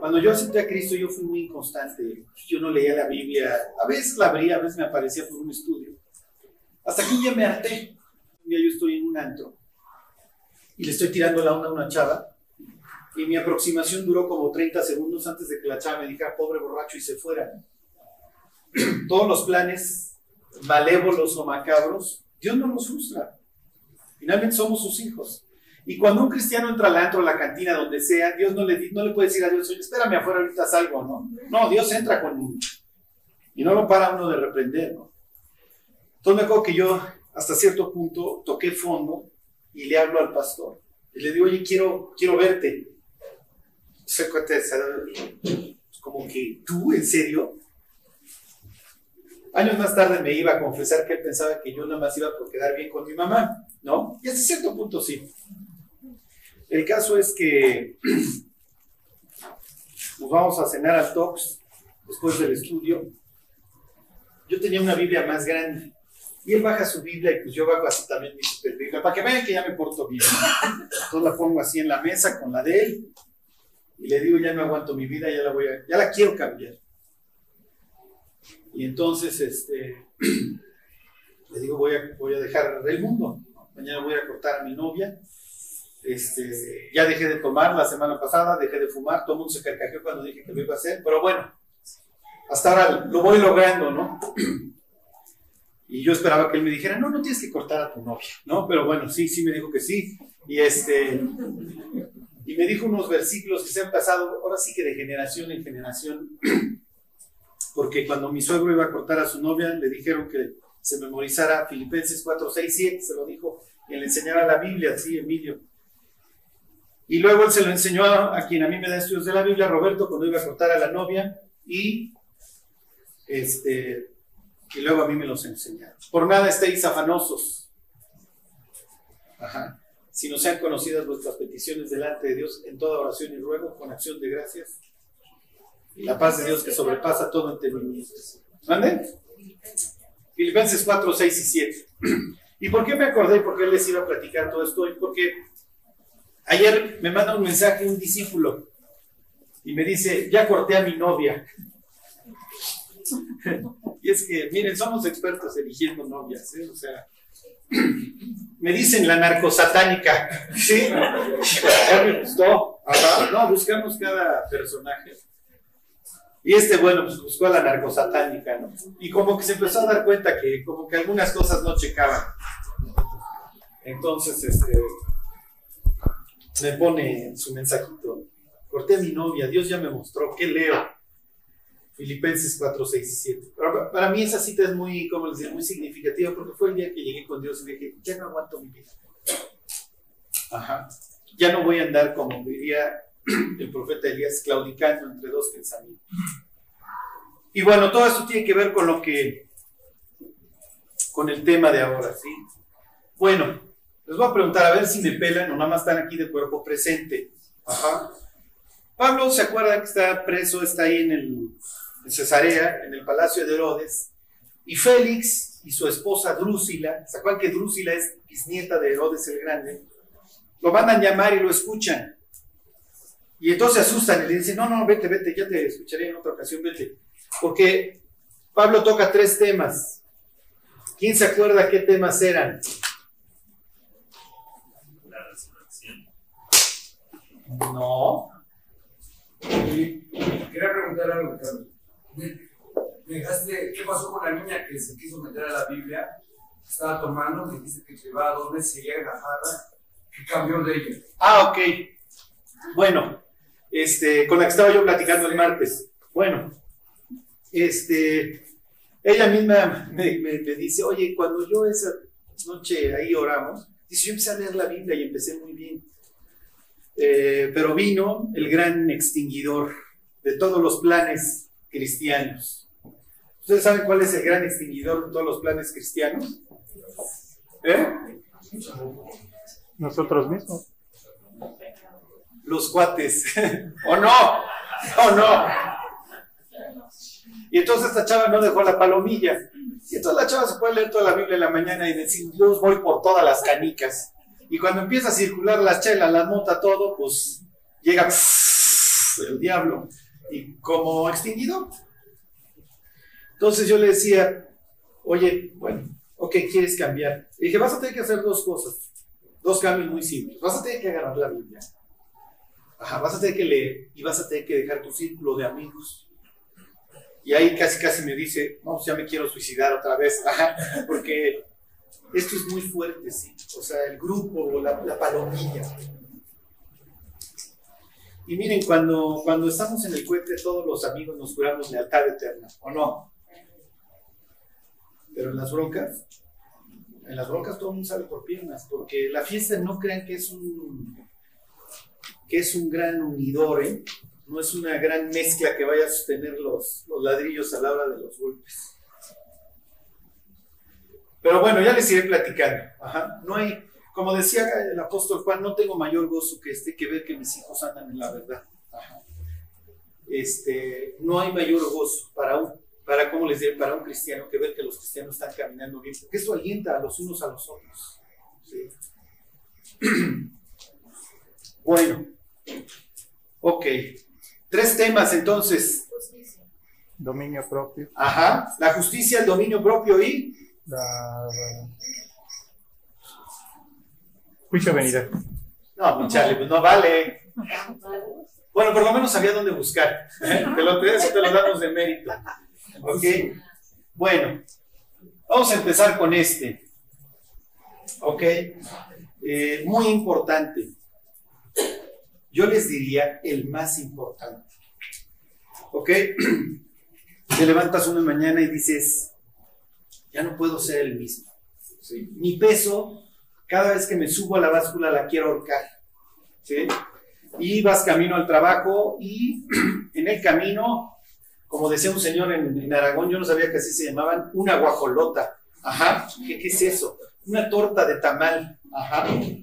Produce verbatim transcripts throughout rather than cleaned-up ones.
Cuando yo acepté a Cristo, yo fui muy inconstante. Yo no leía la Biblia. A veces la abría, a veces me aparecía por un estudio. Hasta que un día me harté. Un día yo estoy en un antro y le estoy tirando la onda a una chava. Y mi aproximación duró como treinta segundos antes de que la chava me dijera pobre borracho y se fuera. Todos los planes malévolos o macabros, Dios no los frustra. Finalmente somos sus hijos. Y cuando un cristiano entra al antro, a la cantina, donde sea, Dios no le, no le puede decir a Dios, oye, espérame afuera, ahorita salgo, ¿no? No, Dios entra con uno. Y no lo para uno de reprender, ¿no? Entonces me acuerdo que yo, hasta cierto punto, toqué fondo y le hablo al pastor. Y le digo, oye, quiero, quiero verte. Como que, ¿tú, en serio? Años más tarde me iba a confesar que él pensaba que yo nada más iba por quedar bien con mi mamá, ¿no? Y hasta cierto punto sí. El caso es que nos vamos a cenar al Tox después del estudio. Yo tenía una Biblia más grande y él baja su Biblia y pues yo bajo así también mi super Biblia para que vean que ya me porto bien. Entonces la pongo así en la mesa con la de él y le digo, ya no aguanto mi vida, ya la voy a, ya la quiero cambiar. Y entonces este, le digo, voy a, voy a dejar el mundo. Mañana voy a cortar a mi novia. Este, ya dejé de tomar la semana pasada, dejé de fumar, todo el mundo se carcajeó cuando dije que lo iba a hacer, pero bueno, hasta ahora lo voy logrando, ¿no? Y yo esperaba que él me dijera, no, no tienes que cortar a tu novia, ¿no? Pero bueno, sí, sí me dijo que sí, y este, y me dijo unos versículos que se han pasado, ahora sí que de generación en generación, porque cuando mi suegro iba a cortar a su novia, le dijeron que se memorizara Filipenses cuatro, seis, siete, se lo dijo, y le enseñara la Biblia, sí, Emilio. Y luego él se lo enseñó a, a quien a mí me da estudios de la Biblia, Roberto, cuando iba a cortar a la novia, y, este, y luego a mí me los enseñaron. Por nada estéis afanosos, Ajá. sino sean conocidas vuestras peticiones delante de Dios en toda oración y ruego, con acción de gracias, y la paz de Dios que sobrepasa todo entendimiento. ¿Mande? Filipenses cuatro, seis y siete. ¿Y por qué me acordé y por qué les iba a platicar todo esto? Porque ayer me manda un mensaje un discípulo y me dice, ya corté a mi novia. Y es que, miren, somos expertos eligiendo novias, ¿eh? O sea, me dicen la narcosatánica, ¿sí? Ya me gustó. Ajá. No, buscamos cada personaje. Y este, bueno, pues buscó a la narcosatánica, ¿no? Y como que se empezó a dar cuenta que como que algunas cosas no checaban. Entonces, este... me pone su mensajito, corté a mi novia, Dios ya me mostró, ¿qué leo? Filipenses cuatro, seis y siete. Pero para mí esa cita es muy, ¿cómo les digo? Muy significativa porque fue el día que llegué con Dios y dije, ya no aguanto mi vida. Ajá. Ya no voy a andar, como diría el profeta Elías, claudicando entre dos pensamientos. Y bueno, todo esto tiene que ver con lo que, con el tema de ahora, ¿sí? Bueno, les voy a preguntar a ver si me pelan o nada más están aquí de cuerpo presente. Ajá. Pablo se acuerda que está preso, está ahí en, el, en Cesarea, en el palacio de Herodes, y Félix y su esposa Drusila, ¿se acuerdan que Drusila es bisnieta de Herodes el Grande? Lo mandan llamar y lo escuchan. Y entonces se asustan y le dicen, no, no, vete, vete, ya te escucharé en otra ocasión, vete. Porque Pablo toca tres temas. ¿Quién se acuerda qué temas eran? No. Y quería preguntar algo, Carlos. Me dejaste, ¿qué pasó con la niña que se quiso meter a la Biblia? Estaba tomando, me dijiste que llevaba dos meses, seguía en la jarra. ¿Qué cambió de ella? Ah, ok. Bueno, este, con la que estaba yo platicando el martes. Bueno, este, ella misma me, me, me dice, oye, cuando yo esa noche ahí oramos, dice, yo empecé a leer la Biblia y empecé muy bien. Eh, pero vino el gran extinguidor de todos los planes cristianos. ¿Ustedes saben cuál es el gran extinguidor de todos los planes cristianos? ¿Eh? Nosotros mismos. Los cuates. ¿O no? ¿O no? Y entonces esta chava no dejó la palomilla. Y entonces la chava se puede leer toda la Biblia en la mañana y decir, Dios, voy por todas las canicas. Y cuando empieza a circular las chelas, la mota, todo, pues llega el diablo, y como extinguido. Entonces yo le decía, oye, bueno, ok, ¿quieres cambiar? Y dije, vas a tener que hacer dos cosas, dos cambios muy simples. Vas a tener que agarrar la Biblia. Ajá, vas a tener que leer y vas a tener que dejar tu círculo de amigos. Y ahí casi casi me dice, no, pues ya me quiero suicidar otra vez. Ajá, porque esto es muy fuerte, sí. O sea, el grupo, la, la palomilla. Y miren, cuando, cuando estamos en el cohete, todos los amigos nos juramos lealtad eterna, ¿o no? Pero en las broncas, en las broncas todo el mundo sale por piernas, porque la fiesta no crean que es un, que es un gran unidor, ¿eh? No es una gran mezcla que vaya a sostener los, los ladrillos a la hora de los golpes. Pero bueno, ya les iré platicando. Ajá. No hay, como decía el apóstol Juan, no tengo mayor gozo que este que ver que mis hijos andan en la verdad. Ajá. Este, no hay mayor gozo para un, para, ¿cómo les diré? Para un cristiano que ver que los cristianos están caminando bien, porque esto alienta a los unos a los otros. ¿Sí? Bueno, ok. Tres temas entonces. Dominio propio. Ajá. La justicia, el dominio propio y La, la... juicio venidero. No, mi Charlie, pues no vale. Bueno, por lo menos sabía dónde buscar. ¿Eh? Te lo, eso te lo damos de mérito. Ok. Bueno, vamos a empezar con este. Ok. Eh, muy importante. Yo les diría el más importante. ¿Ok? Te levantas una mañana y dices, ya no puedo ser el mismo. ¿Sí? Mi peso, cada vez que me subo a la báscula la quiero ahorcar. ¿Sí? Y vas camino al trabajo y en el camino, como decía un señor en, en Aragón, yo no sabía que así se llamaban, una guajolota. Ajá. ¿Qué, qué es eso? Una torta de tamal. Ajá.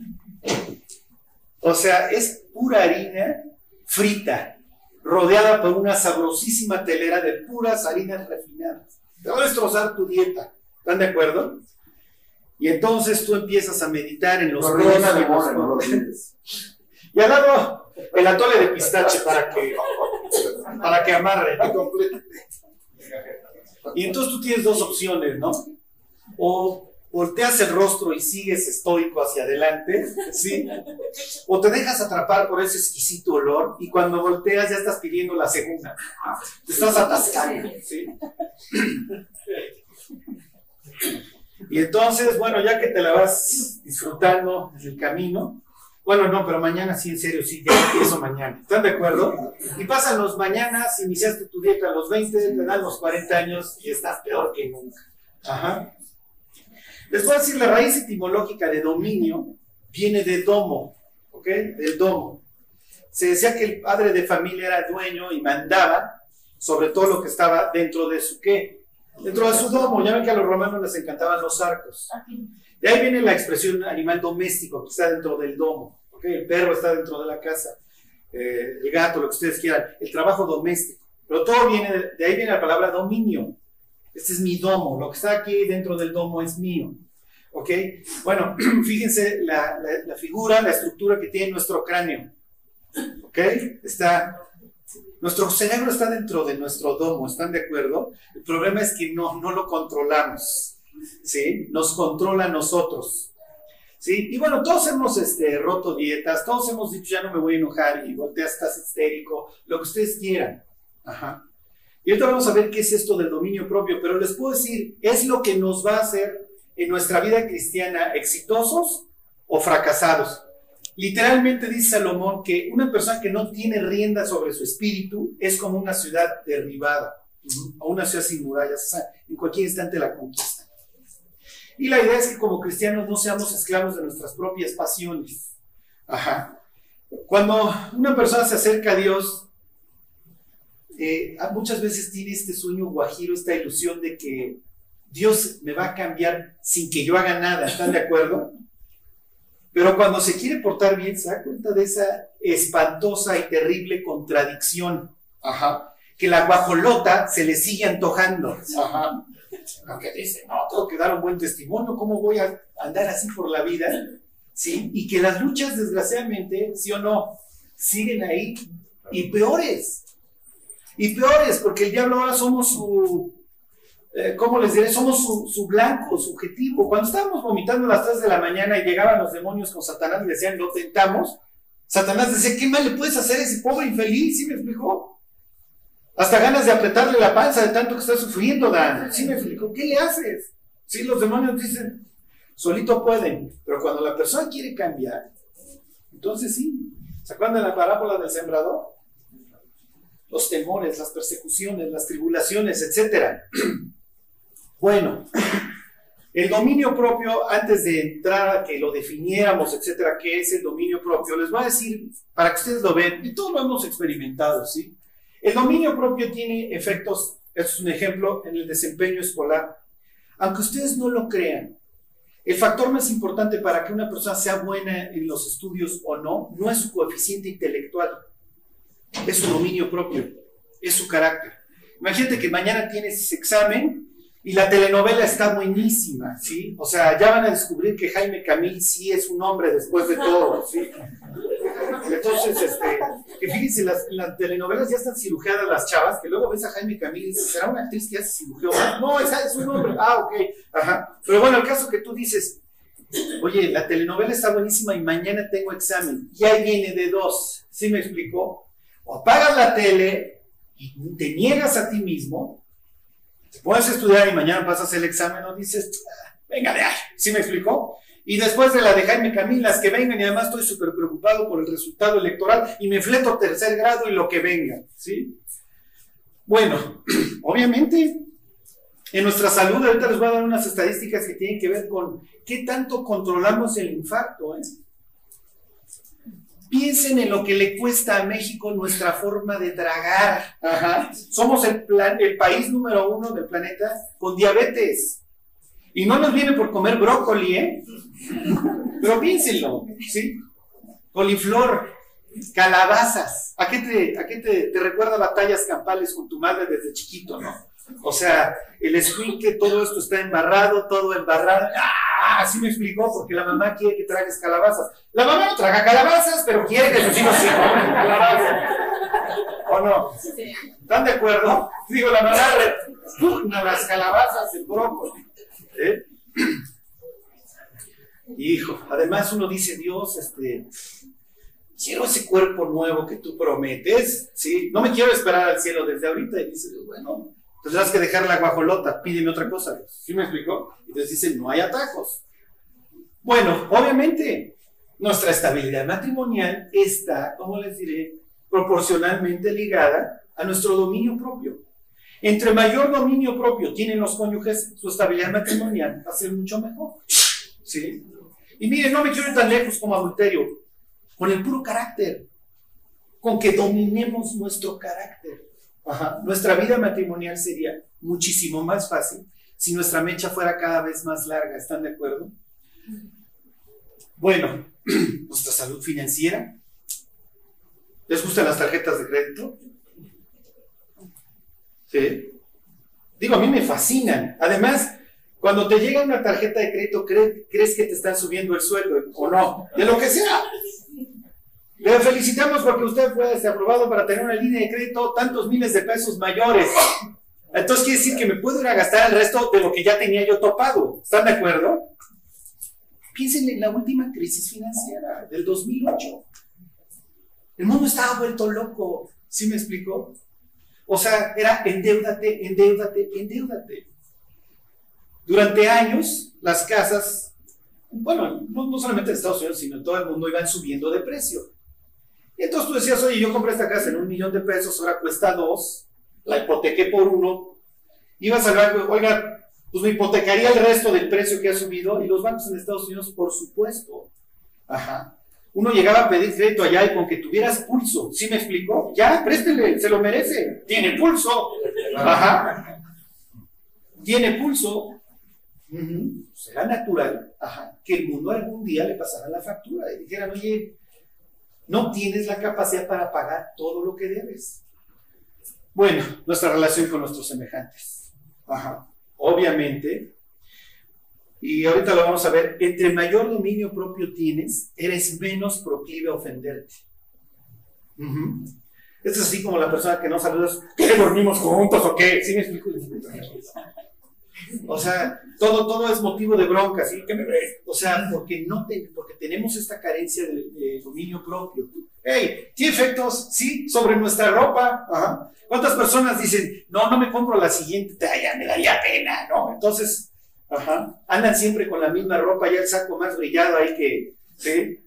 O sea, es pura harina frita, rodeada por una sabrosísima telera de puras harinas refinadas. Te va a destrozar tu dieta. ¿Están de acuerdo? Y entonces tú empiezas a meditar en los beneficios. Y al lado el atole de pistache para que, para que amarre, ¿no? Completamente. Y entonces tú tienes dos opciones, ¿no? O volteas el rostro y sigues estoico hacia adelante, ¿sí? O te dejas atrapar por ese exquisito olor y cuando volteas ya estás pidiendo la segunda. Te estás atascando, ¿sí? Y entonces, bueno, ya que te la vas disfrutando en el camino, bueno, no, pero mañana sí, en serio, sí, ya empiezo mañana. ¿Están de acuerdo? Y pasan los mañanas, iniciaste tu dieta a los veinte, te dan los cuarenta años y estás peor que nunca. Ajá. Les voy a decir, la raíz etimológica de dominio viene de domo, ¿ok? Del domo. Se decía que el padre de familia era dueño y mandaba sobre todo lo que estaba dentro de su ¿qué? Dentro de su domo. Ya ven que a los romanos les encantaban los arcos. De ahí viene la expresión animal doméstico, que está dentro del domo, ¿ok? El perro está dentro de la casa, eh, el gato, lo que ustedes quieran, el trabajo doméstico. Pero todo viene, de ahí viene la palabra dominio. Este es mi domo, lo que está aquí dentro del domo es mío, ¿ok? Bueno, fíjense la, la, la figura, la estructura que tiene nuestro cráneo, ¿ok? Está, nuestro cerebro está dentro de nuestro domo, ¿están de acuerdo? El problema es que no, no lo controlamos, ¿sí? Nos controla a nosotros, ¿sí? Y bueno, todos hemos este, roto dietas, todos hemos dicho ya no me voy a enojar y volteas, estás histérico, lo que ustedes quieran, ajá. Y ahorita vamos a ver qué es esto del dominio propio, pero les puedo decir, es lo que nos va a hacer en nuestra vida cristiana exitosos o fracasados. Literalmente dice Salomón que una persona que no tiene rienda sobre su espíritu es como una ciudad derribada, uh-huh, o una ciudad sin murallas, o sea, en cualquier instante la conquista. Y la idea es que como cristianos no seamos esclavos de nuestras propias pasiones. Ajá. Cuando una persona se acerca a Dios, Eh, muchas veces tiene este sueño guajiro, esta ilusión de que Dios me va a cambiar sin que yo haga nada, ¿están de acuerdo? Pero cuando se quiere portar bien se da cuenta de esa espantosa y terrible contradicción, ajá, que la guajolota se le sigue antojando, ajá, aunque dice, no, tengo que dar un buen testimonio, ¿cómo voy a andar así por la vida? ¿Sí? Y que las luchas, desgraciadamente, sí o no, siguen ahí. Y peores. Y peores, porque el diablo ahora somos su, eh, ¿cómo les diré? Somos su, su blanco, su objetivo. Cuando estábamos vomitando a las tres de la mañana y llegaban los demonios con Satanás y decían, lo tentamos, Satanás decía, ¿qué mal le puedes hacer a ese pobre infeliz? ¿Sí me explicó? Hasta ganas de apretarle la panza de tanto que está sufriendo, Dan. ¿Sí me explicó? ¿Qué le haces? Sí, los demonios dicen, solito pueden, pero cuando la persona quiere cambiar, entonces sí. ¿Se acuerdan de la parábola del sembrador? Los temores, las persecuciones, las tribulaciones, etcétera. Bueno, el dominio propio, antes de entrar a que lo definiéramos, etcétera, ¿qué es el dominio propio? Les voy a decir, para que ustedes lo vean, y todos lo hemos experimentado, ¿sí? El dominio propio tiene efectos, es un ejemplo, en el desempeño escolar. Aunque ustedes no lo crean, el factor más importante para que una persona sea buena en los estudios o no, no es su coeficiente intelectual, es su dominio propio, es su carácter. Imagínate que mañana tienes examen y la telenovela está buenísima, ¿sí? O sea, ya van a descubrir que Jaime Camil sí es un hombre después de todo, ¿sí? Entonces, este, que fíjense, las, las telenovelas ya están cirujadas las chavas, que luego ves a Jaime Camil y dices, ¿será una actriz que ya se cirugió? No, esa es un hombre. Ah, ok, ajá. Pero bueno, el caso que tú dices, oye, la telenovela está buenísima y mañana tengo examen, y ahí viene de dos, ¿sí me explicó? O apagas la tele y te niegas a ti mismo, te pones a estudiar y mañana pasas el examen, o dices, ah, venga de ahí, ¿sí me explicó? Y después de la de Jaime Camil, las que vengan, y además estoy súper preocupado por el resultado electoral y me fleto tercer grado y lo que venga, ¿sí? Bueno, obviamente, en nuestra salud, ahorita les voy a dar unas estadísticas que tienen que ver con qué tanto controlamos el infarto, ¿eh? Piensen en lo que le cuesta a México nuestra forma de tragar. Ajá. Somos el, plan, el país número uno del planeta con diabetes. Y no nos viene por comer brócoli, ¿eh? Pero piénsenlo, ¿sí? Coliflor, calabazas. ¿A qué te, a qué te, te recuerda batallas campales con tu madre desde chiquito, no? O sea, el escuincle, todo esto está embarrado, todo embarrado. ¡Ah! Así me explicó, porque la mamá quiere que tragues calabazas. La mamá no traga calabazas, pero quiere que sus hijos sí coman calabazas. ¿O no? ¿Están de acuerdo? Digo, la mamá repugna las calabazas, el brócoli. ¿Eh? Hijo, además uno dice, Dios, este, quiero ese cuerpo nuevo que tú prometes, ¿sí? No me quiero esperar al cielo desde ahorita. Y dice, bueno, tendrás que dejar la guajolota, pídeme otra cosa. ¿Sí me explicó? Y entonces dice, no hay atajos. Bueno, obviamente, nuestra estabilidad matrimonial está, como les diré, proporcionalmente ligada a nuestro dominio propio. Entre mayor dominio propio tienen los cónyuges, su estabilidad matrimonial va a ser mucho mejor, ¿sí? Y miren, no me quiero ir tan lejos como adulterio, con el puro carácter, con que dominemos nuestro carácter. Ajá. Nuestra vida matrimonial sería muchísimo más fácil si nuestra mecha fuera cada vez más larga. ¿Están de acuerdo? Bueno, nuestra salud financiera. ¿Les gustan las tarjetas de crédito? ¿Sí? Digo, a mí me fascinan. Además, cuando te llega una tarjeta de crédito, ¿crees, crees que te están subiendo el sueldo o no? De lo que sea. Le felicitamos porque usted fue aprobado para tener una línea de crédito tantos miles de pesos mayores. Entonces quiere decir que me puedo ir a gastar el resto de lo que ya tenía yo topado. ¿Están de acuerdo? Piensen en la última crisis financiera del dos mil ocho. El mundo estaba vuelto loco. ¿Sí me explicó? O sea, era endeúdate, endeúdate, endeúdate. Durante años, las casas, bueno, no, no solamente en Estados Unidos, sino en todo el mundo, iban subiendo de precio. Y entonces tú decías, oye, yo compré esta casa en un millón de pesos, ahora cuesta dos, la hipotequé por uno. Ibas al banco, oiga, pues me hipotecaría el resto del precio que ha subido, y los bancos en Estados Unidos, por supuesto. Ajá. Uno llegaba a pedir crédito allá y con que tuvieras pulso, ¿sí me explicó? Ya, préstele, se lo merece, tiene pulso. Ajá. Tiene pulso. Uh-huh. Será natural, ajá, que el mundo algún día le pasara la factura y dijeran, oye, no tienes la capacidad para pagar todo lo que debes. Bueno, nuestra relación con nuestros semejantes. Ajá. Obviamente, y ahorita lo vamos a ver, entre mayor dominio propio tienes, eres menos proclive a ofenderte. Uh-huh. Esto es así como la persona que no saludas, ¿qué dormimos juntos o qué? ¿Sí me explico? O sea, todo, todo es motivo de bronca, ¿sí? ¿Qué me ves? O sea, porque, no te, porque tenemos esta carencia de, de dominio propio. ¡Hey! ¿Tiene efectos? Sí, sobre nuestra ropa. Ajá. ¿Cuántas personas dicen, no, no me compro la siguiente talla, me daría pena, ¿no? Entonces, ajá, andan siempre con la misma ropa, ya el saco más brillado ahí que, ¿sí?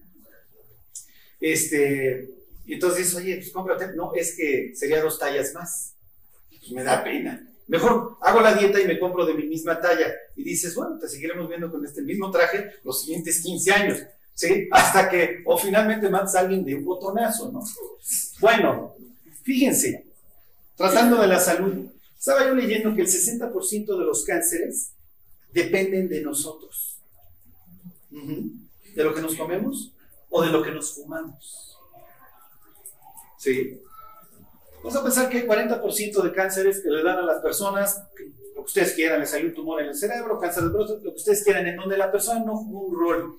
Este, y entonces dices, oye, pues cómprate. No, es que sería dos tallas más. Pues me da pena. Mejor hago la dieta y me compro de mi misma talla. Y dices, bueno, te seguiremos viendo con este mismo traje los siguientes quince años, ¿sí? Hasta que, o finalmente matas a alguien de un botonazo, ¿no? Bueno, fíjense, tratando de la salud, estaba yo leyendo que el sesenta por ciento de los cánceres dependen de nosotros. Uh-huh. ¿De lo que nos comemos o de lo que nos fumamos? Sí. Vamos a pensar que hay cuarenta por ciento de cánceres que le dan a las personas, lo que ustedes quieran, les salió un tumor en el cerebro, cáncer de próstata, lo que ustedes quieran, en donde la persona no jugó un rol.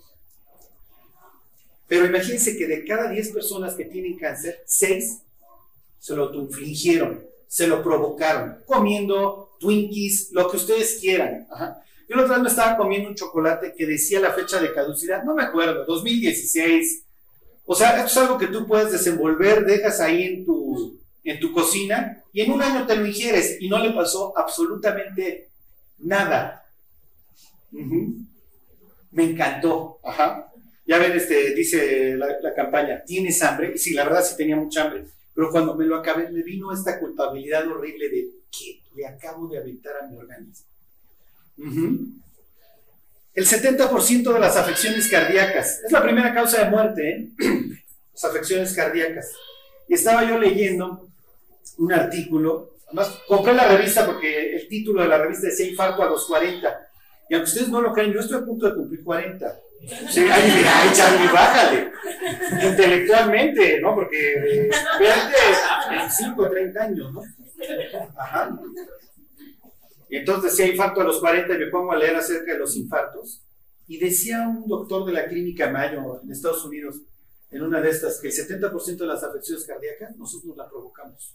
Pero imagínense que de cada diez personas que tienen cáncer, seis se lo autoinfligieron, se lo provocaron, comiendo Twinkies, lo que ustedes quieran. Ajá. Yo la otra vez me estaba comiendo un chocolate que decía la fecha de caducidad, no me acuerdo, dos mil dieciséis. O sea, esto es algo que tú puedes desenvolver, dejas ahí en tu, en tu cocina y en un año te lo ingieres y no le pasó absolutamente nada. Uh-huh. Me encantó. Ajá. Ya ven, este, dice la, la campaña, ¿tienes hambre? Y sí, la verdad sí tenía mucha hambre, pero cuando me lo acabé me vino esta culpabilidad horrible de que le acabo de aventar a mi organismo. Uh-huh. El setenta por ciento de las afecciones cardíacas, es la primera causa de muerte, ¿eh? Las afecciones cardíacas. Y estaba yo leyendo un artículo, además compré la revista porque el título de la revista decía infarto a los cuarenta, y aunque ustedes no lo crean, yo estoy a punto de cumplir cuarenta. Sí, ay, mira, ay, Charlie, bájale. Intelectualmente, ¿no? Porque de veinte, veinticinco, treinta años, ¿no? Ajá. Y entonces decía infarto a los cuarenta y me pongo a leer acerca de los infartos. Y decía un doctor de la clínica Mayo en Estados Unidos, en una de estas, que el setenta por ciento de las afecciones cardíacas nosotros las provocamos.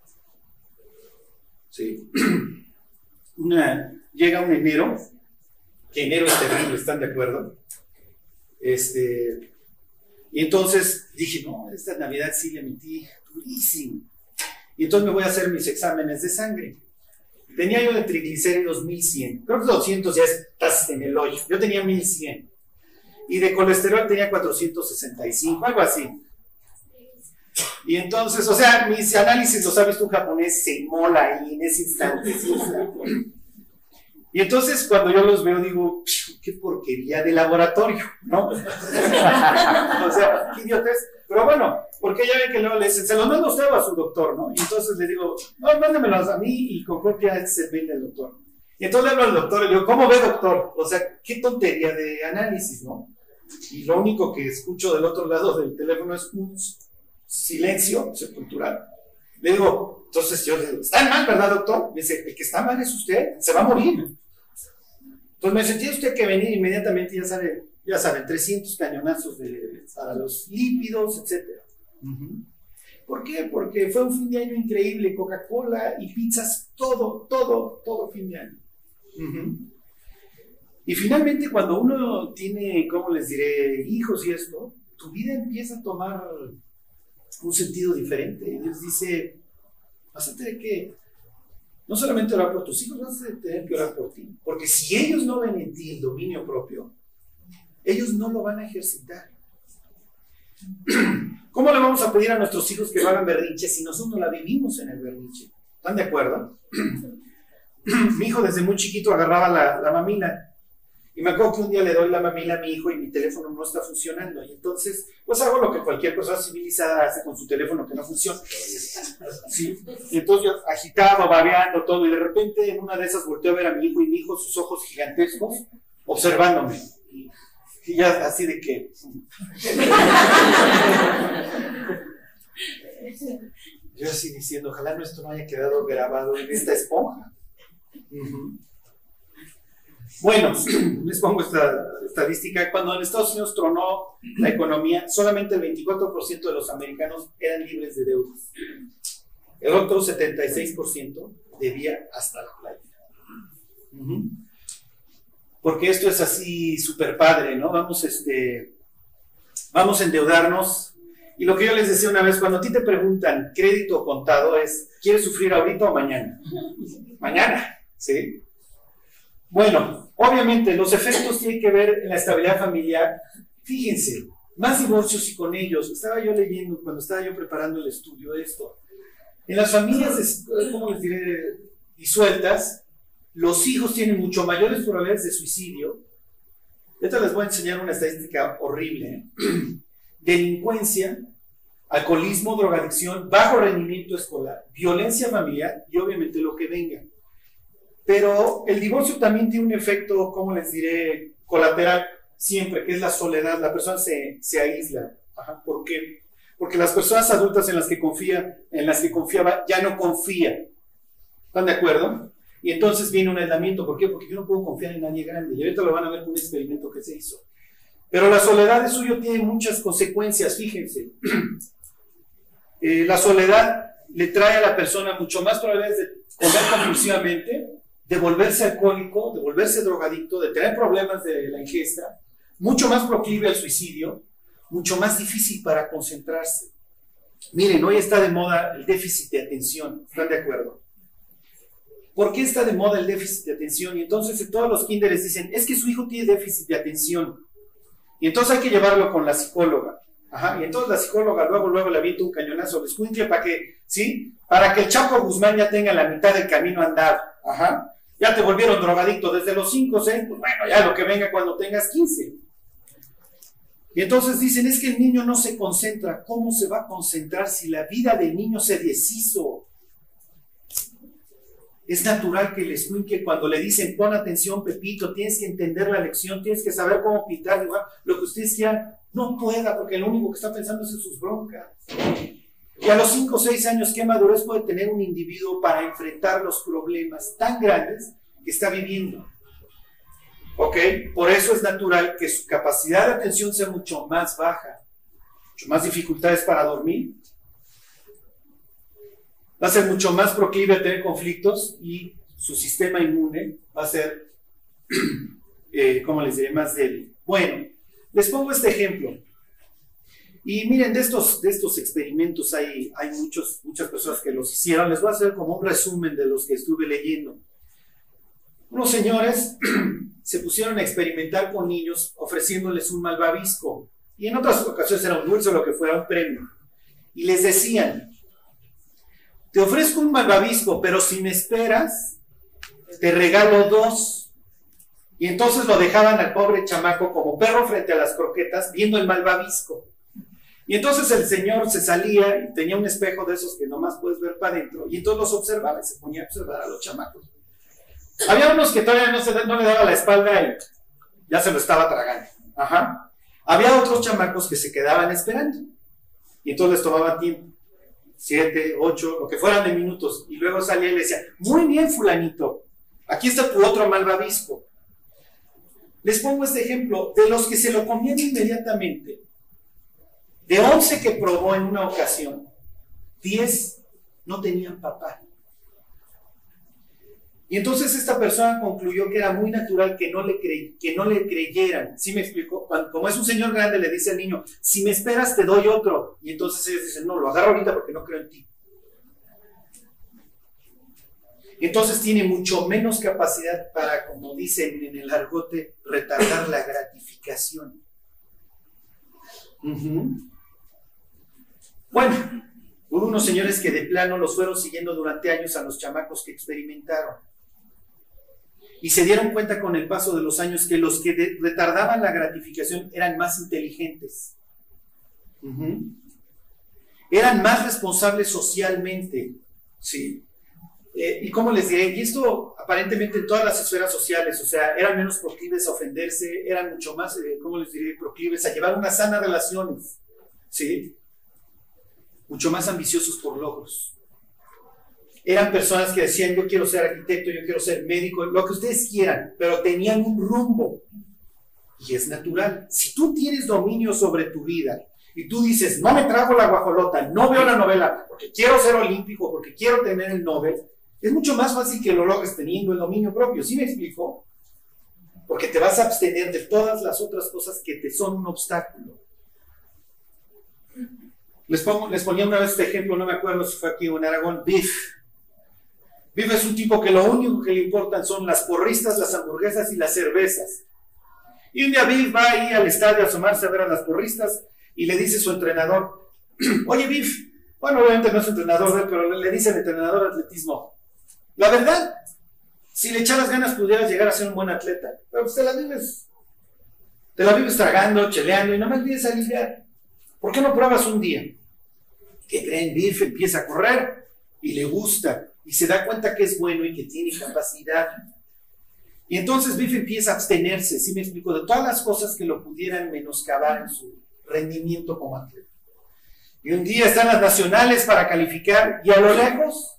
Sí. Una, llega un enero, que enero es terrible, ¿están de acuerdo? Este, y entonces dije, no, esta Navidad sí le metí durísimo. Y entonces me voy a hacer mis exámenes de sangre. Tenía yo de triglicéridos mil cien, creo que doscientos ya estás en el hoyo. Yo tenía mil cien. Y de colesterol tenía cuatrocientos sesenta y cinco, algo así. Y entonces, o sea, mis análisis los ha visto un japonés, se mola ahí en ese instante. Y entonces cuando yo los veo digo, qué porquería de laboratorio, ¿no? O sea, qué idiotez. Pero bueno, porque ya ven que luego le dicen, se los manda usted o a su doctor, ¿no? Y entonces le digo, no, mándemelos a mí y con copia este es el mail del doctor. Y entonces le hablo al doctor y le digo, ¿cómo ve, doctor? O sea, qué tontería de análisis, ¿no? Y lo único que escucho del otro lado del teléfono es un silencio sepultural. Le digo, entonces yo le digo, ¿está mal, verdad, doctor? Me dice, el que está mal es usted, se va a morir. Entonces me dice, tiene usted que venir inmediatamente, ya sabe, ya saben, trescientos cañonazos de, para los lípidos, etcétera. Uh-huh. ¿Por qué? Porque fue un fin de año increíble, Coca-Cola y pizzas, todo, todo, todo fin de año. Uh-huh. Y finalmente cuando uno tiene, ¿cómo les diré?, hijos y esto, tu vida empieza a tomar un sentido diferente. Dios dice, vas a tener que no solamente orar por tus hijos, vas a tener que orar por ti. Porque si ellos no ven en ti el dominio propio, ellos no lo van a ejercitar. ¿Cómo le vamos a pedir a nuestros hijos que no hagan berrinche si nosotros no la vivimos en el berrinche? ¿Están de acuerdo? Mi hijo desde muy chiquito agarraba la, la mamila. Y me acuerdo que un día le doy la mamila a mi hijo y mi teléfono no está funcionando. Y entonces, pues hago lo que cualquier persona civilizada hace con su teléfono que no funciona. Sí. Y entonces yo agitado, babeando, todo. Y de repente en una de esas volteo a ver a mi hijo y mi hijo, sus ojos gigantescos, observándome. Y ya así de que... Yo así diciendo, ojalá esto no haya quedado grabado en esta esponja. Uh-huh. Bueno, les pongo esta estadística. Cuando en Estados Unidos tronó la economía, solamente el veinticuatro por ciento de los americanos eran libres de deudas. El otro setenta y seis por ciento debía hasta la playa. Uh-huh. Porque esto es así súper padre, ¿no? Vamos, este, vamos a endeudarnos. Y lo que yo les decía una vez, cuando a ti te preguntan crédito o contado, es, ¿quieres sufrir ahorita o mañana? Mañana, ¿sí? Bueno, obviamente los efectos tienen que ver en la estabilidad familiar. Fíjense, más divorcios y con ellos. Estaba yo leyendo, cuando estaba yo preparando el estudio de esto. En las familias, ¿cómo les diré?, disueltas, los hijos tienen mucho mayores probabilidades de suicidio. Ahorita les voy a enseñar una estadística horrible, ¿eh? Delincuencia, alcoholismo, drogadicción, bajo rendimiento escolar, violencia familiar y obviamente lo que venga. Pero el divorcio también tiene un efecto, ¿cómo les diré?, colateral siempre, que es la soledad. La persona se, se aísla. Ajá. ¿Por qué? Porque las personas adultas en las que confía, en las que confiaba, ya no confía. ¿Están de acuerdo? Y entonces viene un aislamiento. ¿Por qué? Porque yo no puedo confiar en nadie grande. Y ahorita lo van a ver con un experimento que se hizo. Pero la soledad de suyo tiene muchas consecuencias, fíjense. Eh, la soledad le trae a la persona mucho más probabilidades de comer compulsivamente, de volverse alcohólico, de volverse drogadicto, de tener problemas de la ingesta, mucho más proclive al suicidio, mucho más difícil para concentrarse. Miren, hoy está de moda el déficit de atención, ¿están de acuerdo? ¿Por qué está de moda el déficit de atención? Y entonces en todos los kinderes dicen, es que su hijo tiene déficit de atención. Y entonces hay que llevarlo con la psicóloga. Ajá. Y entonces la psicóloga luego, luego le avienta un cañonazo al escuincle para que, ¿sí? Para que el Chapo Guzmán ya tenga la mitad del camino andado. Ajá. Ya te volvieron drogadicto desde los cinco, seis, pues bueno, ya lo que venga cuando tengas quince. Y entonces dicen, es que el niño no se concentra. ¿Cómo se va a concentrar si la vida del niño se deshizo? Es natural que el escuincle, cuando le dicen, pon atención, Pepito, tienes que entender la lección, tienes que saber cómo pintar, igual, lo que ustedes quieran, no pueda, porque lo único que está pensando es en sus broncas. Y a los cinco o seis años, ¿qué madurez puede tener un individuo para enfrentar los problemas tan grandes que está viviendo? ¿Ok? Por eso es natural que su capacidad de atención sea mucho más baja, mucho más dificultades para dormir, va a ser mucho más proclive a tener conflictos y su sistema inmune va a ser, eh, ¿cómo les diré?, más débil. Bueno, les pongo este ejemplo. Y miren, de estos, de estos experimentos hay, hay muchos, muchas personas que los hicieron. Les voy a hacer como un resumen de los que estuve leyendo. Unos señores se pusieron a experimentar con niños ofreciéndoles un malvavisco. Y en otras ocasiones era un dulce o lo que fuera, un premio. Y les decían, te ofrezco un malvavisco, pero si me esperas, te regalo dos. Y entonces lo dejaban al pobre chamaco como perro frente a las croquetas, viendo el malvavisco. Y entonces el señor se salía y tenía un espejo de esos que nomás puedes ver para adentro, y entonces los observaba y se ponía a observar a los chamacos. Había unos que todavía no, se, no le daba la espalda y ya se lo estaba tragando. Ajá. Había otros chamacos que se quedaban esperando. Y entonces les tomaba tiempo. Siete, ocho, lo que fueran de minutos. Y luego salía y le decía, muy bien, fulanito, aquí está tu otro malvavisco. Les pongo este ejemplo. De los que se lo comían inmediatamente, de once que probó en una ocasión, diez no tenían papá. Y entonces esta persona concluyó que era muy natural que no le, cre que no le creyeran. ¿Sí me explico? Cuando, como es un señor grande, le dice al niño, si me esperas te doy otro. Y entonces ellos dicen, no, lo agarro ahorita porque no creo en ti. Y entonces tiene mucho menos capacidad para, como dicen en el argote, retardar la gratificación. Uh-huh. Bueno, hubo unos señores que de plano los fueron siguiendo durante años a los chamacos que experimentaron. Y se dieron cuenta con el paso de los años que los que de, retardaban la gratificación eran más inteligentes. Uh-huh. Eran más responsables socialmente. Sí. Eh, ¿Y cómo les diré? Y esto aparentemente en todas las esferas sociales, o sea, eran menos proclives a ofenderse, eran mucho más, eh, ¿cómo les diré? Proclives a llevar unas sanas relaciones. Sí. Mucho más ambiciosos por logros. eran personas que decían, yo quiero ser arquitecto, yo quiero ser médico, lo que ustedes quieran, pero tenían un rumbo. Y es natural. Si tú tienes dominio sobre tu vida y tú dices, no me trago la guajolota, no veo la novela, porque quiero ser olímpico, porque quiero tener el Nobel, es mucho más fácil que lo logres teniendo el dominio propio. ¿Sí me explico? Porque te vas a abstener de todas las otras cosas que te son un obstáculo. Les, pongo, les ponía una vez este ejemplo, no me acuerdo si fue aquí o en Aragón, Biff. Biff es un tipo que lo único que le importan son las porristas, las hamburguesas y las cervezas. Y un día Biff va ahí al estadio a asomarse a ver a las porristas y le dice a su entrenador, oye Biff, bueno, obviamente no es entrenador, pero le dice al entrenador de atletismo, la verdad, si le echaras ganas pudieras llegar a ser un buen atleta, pero pues te la vives, te la vives tragando, cheleando y nada más vienes a lidiar. ¿Por qué no pruebas un día? ¿Qué creen? Biff empieza a correr y le gusta y se da cuenta que es bueno y que tiene capacidad. Y entonces Biff empieza a abstenerse, ¿sí me explico? De todas las cosas que lo pudieran menoscabar en su rendimiento como atleta. Y un día están las nacionales para calificar y a lo lejos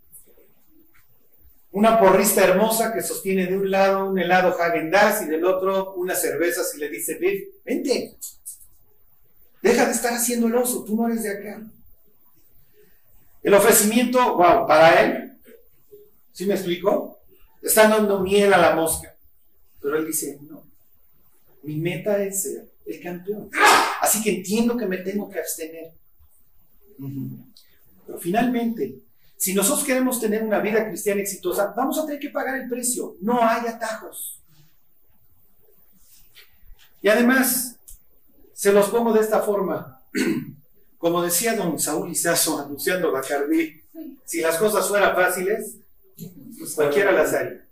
una porrista hermosa que sostiene de un lado un helado Häagen-Dazs y del otro unas cervezas y le dice, Biff, vente, deja de estar haciendo el oso, tú no eres de acá. El ofrecimiento, wow, para él, ¿sí me explico? Están dando miel a la mosca. Pero él dice, no, mi meta es ser el campeón. Así que entiendo que me tengo que abstener. Uh-huh. Pero finalmente, si nosotros queremos tener una vida cristiana exitosa, vamos a tener que pagar el precio. No hay atajos. Y además, se los pongo de esta forma. Como decía don Saúl Izazo anunciando Bacardí, si las cosas fueran fáciles, pues cualquiera las haría.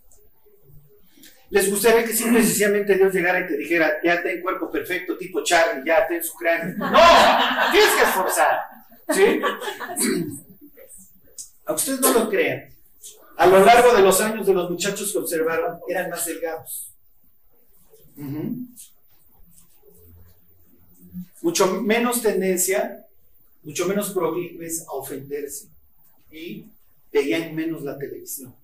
¿Les gustaría que simple y sencillamente Dios llegara y te dijera, ya ten cuerpo perfecto, tipo Charlie, ya ten su cráneo? No, tienes que esforzar. ¿Sí? A ustedes no lo crean. A lo largo de los años de los muchachos que observaron, eran más delgados. Uh-huh. Mucho menos tendencia, mucho menos proclives a ofenderse y veían menos la televisión.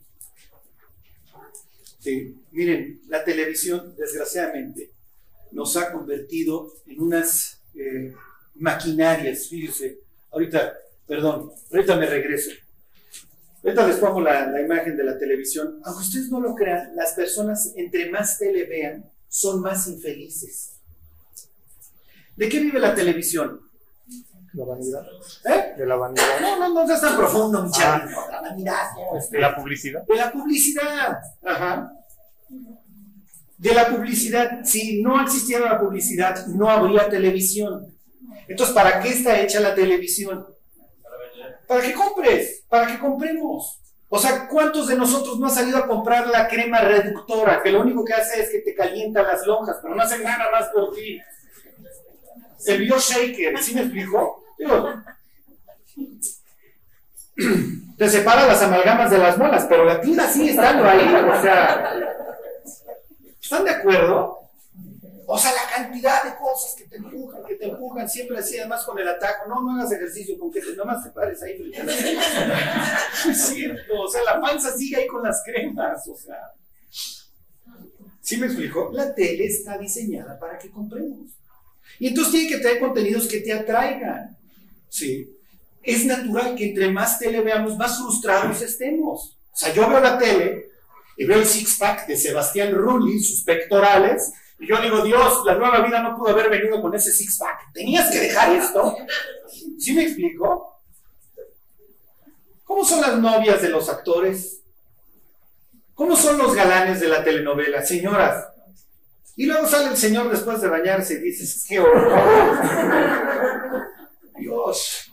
Sí, miren, la televisión desgraciadamente nos ha convertido en unas eh, maquinarias, fíjense, ahorita, perdón, ahorita me regreso. Ahorita les pongo la, la imagen de la televisión. Aunque ustedes no lo crean, las personas entre más tele vean, son más infelices. ¿De qué vive la televisión? La vanidad. ¿Eh? De la vanidad. No, no, no, no es tan profundo, mi Ah. chavo. La vanidad. No. De la publicidad. De la publicidad. Ajá. De la publicidad. Si no existiera la publicidad, no habría televisión. Entonces, ¿para qué está hecha la televisión? Para que compres, para que compremos. O sea, ¿cuántos de nosotros no han salido a comprar la crema reductora? Que lo único que hace es que te calienta las lonjas, pero no hace nada más por ti. El BioShaker, ¿sí me explico? Digo, te separa las amalgamas de las muelas, pero la tira sigue estando ahí, o sea, ¿están de acuerdo? O sea, la cantidad de cosas que te empujan, que te empujan, siempre así, además con el atajo, no, no hagas ejercicio, con que te, nomás te pares ahí frente a la... Es cierto, o sea, la panza sigue ahí con las cremas, o sea. ¿Sí me explico? La tele está diseñada para que compremos. Y entonces tiene que traer contenidos que te atraigan. Sí. Es natural que entre más tele veamos, más frustrados estemos. O sea, yo veo la tele y veo el six-pack de Sebastián Rulli, sus pectorales, y yo digo, Dios, la nueva vida no pudo haber venido con ese six-pack. Tenías que dejar esto. ¿Sí me explico? ¿Cómo son las novias de los actores? ¿Cómo son los galanes de la telenovela? Señoras. Y luego sale el señor después de bañarse y dices, ¡qué horror! Dios.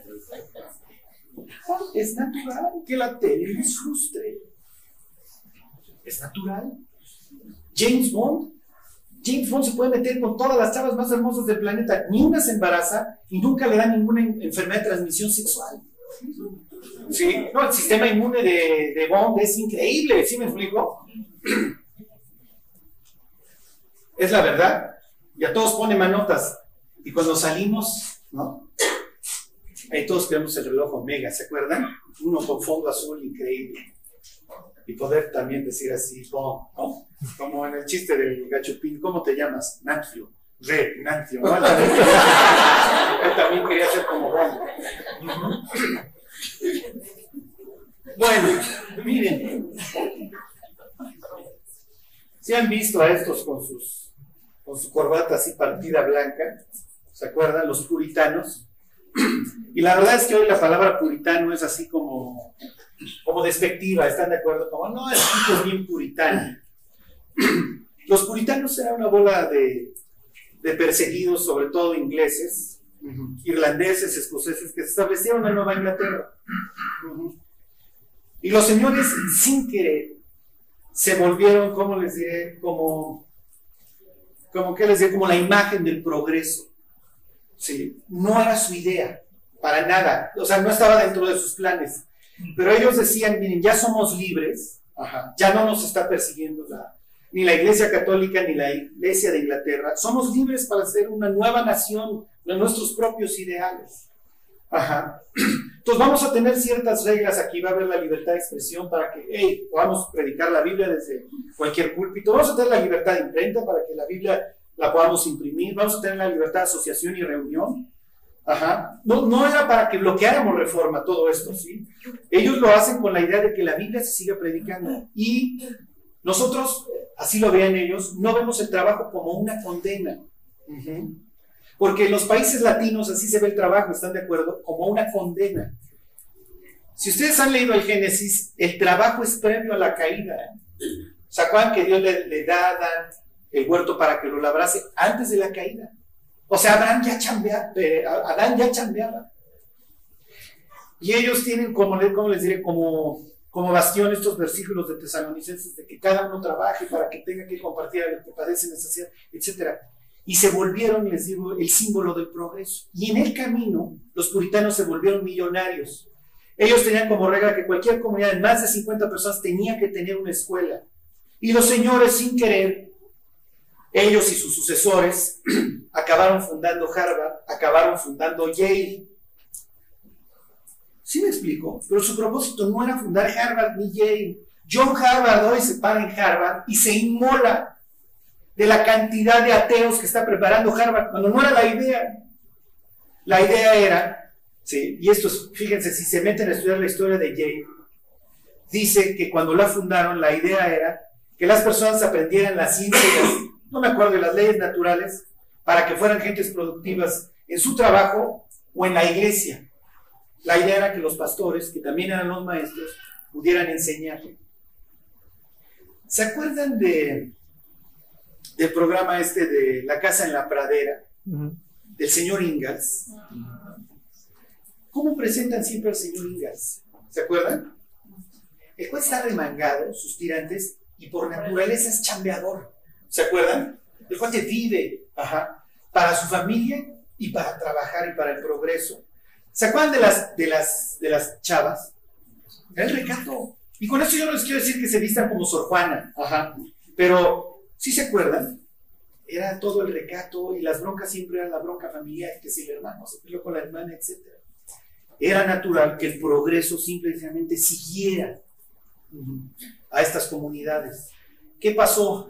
Es natural que la tele nos frustre. Es natural. James Bond. James Bond se puede meter con todas las chavas más hermosas del planeta. Ni una se embaraza y nunca le da ninguna enfermedad de transmisión sexual. ¿Sí? No, el sistema inmune de, de Bond es increíble. ¿Sí me explico? Es la verdad. Y a todos pone manotas. Y cuando salimos, ¿no? Ahí todos queremos el reloj Omega, ¿se acuerdan? Uno con fondo azul increíble. Y poder también decir así, como, ¿no? Como en el chiste del gachupín, ¿cómo te llamas? Nancio. Re, Nancio, ¿no? Él también quería ser como Juan. Bueno, miren. ¿Se han visto a estos con sus con su corbata así partida blanca? ¿Se acuerdan? Los puritanos. Y la verdad es que hoy la palabra puritano es así como, como despectiva, ¿están de acuerdo? Como, no, es tipo bien puritano. Los puritanos eran una bola de, de perseguidos, sobre todo ingleses, uh-huh. irlandeses, escoceses, que se establecieron en Nueva Inglaterra. Uh-huh. Y los señores, sin querer, se volvieron, ¿cómo les diré? Como, como ¿qué les diré? Como la imagen del progreso. Sí, no era su idea, para nada, o sea, no estaba dentro de sus planes, pero ellos decían, miren, ya somos libres, ajá, ya no nos está persiguiendo la, ni la Iglesia Católica ni la Iglesia de Inglaterra, somos libres para ser una nueva nación de nuestros propios ideales, ajá, entonces vamos a tener ciertas reglas, aquí va a haber la libertad de expresión para que, hey, podamos predicar la Biblia desde cualquier púlpito, vamos a tener la libertad de imprenta para que la Biblia la podamos imprimir, vamos a tener la libertad de asociación y reunión. Ajá. No, no era para que bloqueáramos Reforma, todo esto, ¿sí? Ellos lo hacen con la idea de que la Biblia se siga predicando. Y nosotros, así lo vean ellos, no vemos el trabajo como una condena. Uh-huh. Porque en los países latinos así se ve el trabajo, ¿están de acuerdo? Como una condena. Si ustedes han leído el Génesis, el trabajo es previo a la caída. ¿Se acuerdan que Dios le, le da a Adán el huerto para que lo labrase antes de la caída? O sea, Adán ya chambeaba, eh, Adán ya chambeaba. Y ellos tienen, como, como les diré, como, como bastión estos versículos de Tesalonicenses, de que cada uno trabaje para que tenga que compartir a los que padecen necesidad, etcétera. Y se volvieron, les digo, el símbolo del progreso. Y en el camino, los puritanos se volvieron millonarios. Ellos tenían como regla que cualquier comunidad de más de cincuenta personas tenía que tener una escuela. Y los señores, sin querer, ellos y sus sucesores acabaron fundando Harvard, acabaron fundando Yale. ¿Sí me explico? Pero su propósito no era fundar Harvard ni Yale. John Harvard hoy se para en Harvard y se inmola de la cantidad de ateos que está preparando Harvard, cuando no era la idea. La idea era, ¿sí? Y esto, fíjense, si se meten a estudiar la historia de Yale, dice que cuando la fundaron, la idea era que las personas aprendieran las ciencias, no me acuerdo de las leyes naturales, para que fueran gentes productivas en su trabajo o en la iglesia. La idea era que los pastores, que también eran los maestros, pudieran enseñar. ¿Se acuerdan de, del programa este de La Casa en la Pradera, uh-huh. del señor Ingalls? ¿Cómo presentan siempre al señor Ingalls? ¿Se acuerdan? El cual está remangado, sus tirantes, y por naturaleza es chambeador. ¿Se acuerdan? El cual te vive, ajá, para su familia y para trabajar y para el progreso. ¿Se acuerdan de las, de las, de las chavas? Era el recato. Y con eso yo no les quiero decir que se vistan como Sor Juana, ajá, pero ¿sí se acuerdan? Era todo el recato y las broncas siempre eran la bronca familiar, que si el hermano se peleó con la hermana, etcétera. Era natural que el progreso simplemente siguiera a estas comunidades. ¿Qué pasó?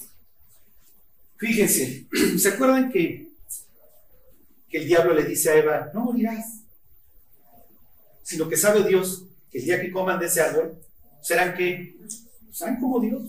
Fíjense, ¿se acuerdan que, que el diablo le dice a Eva, no morirás? Sino que sabe Dios que el día que coman de ese árbol, serán que, serán como Dios.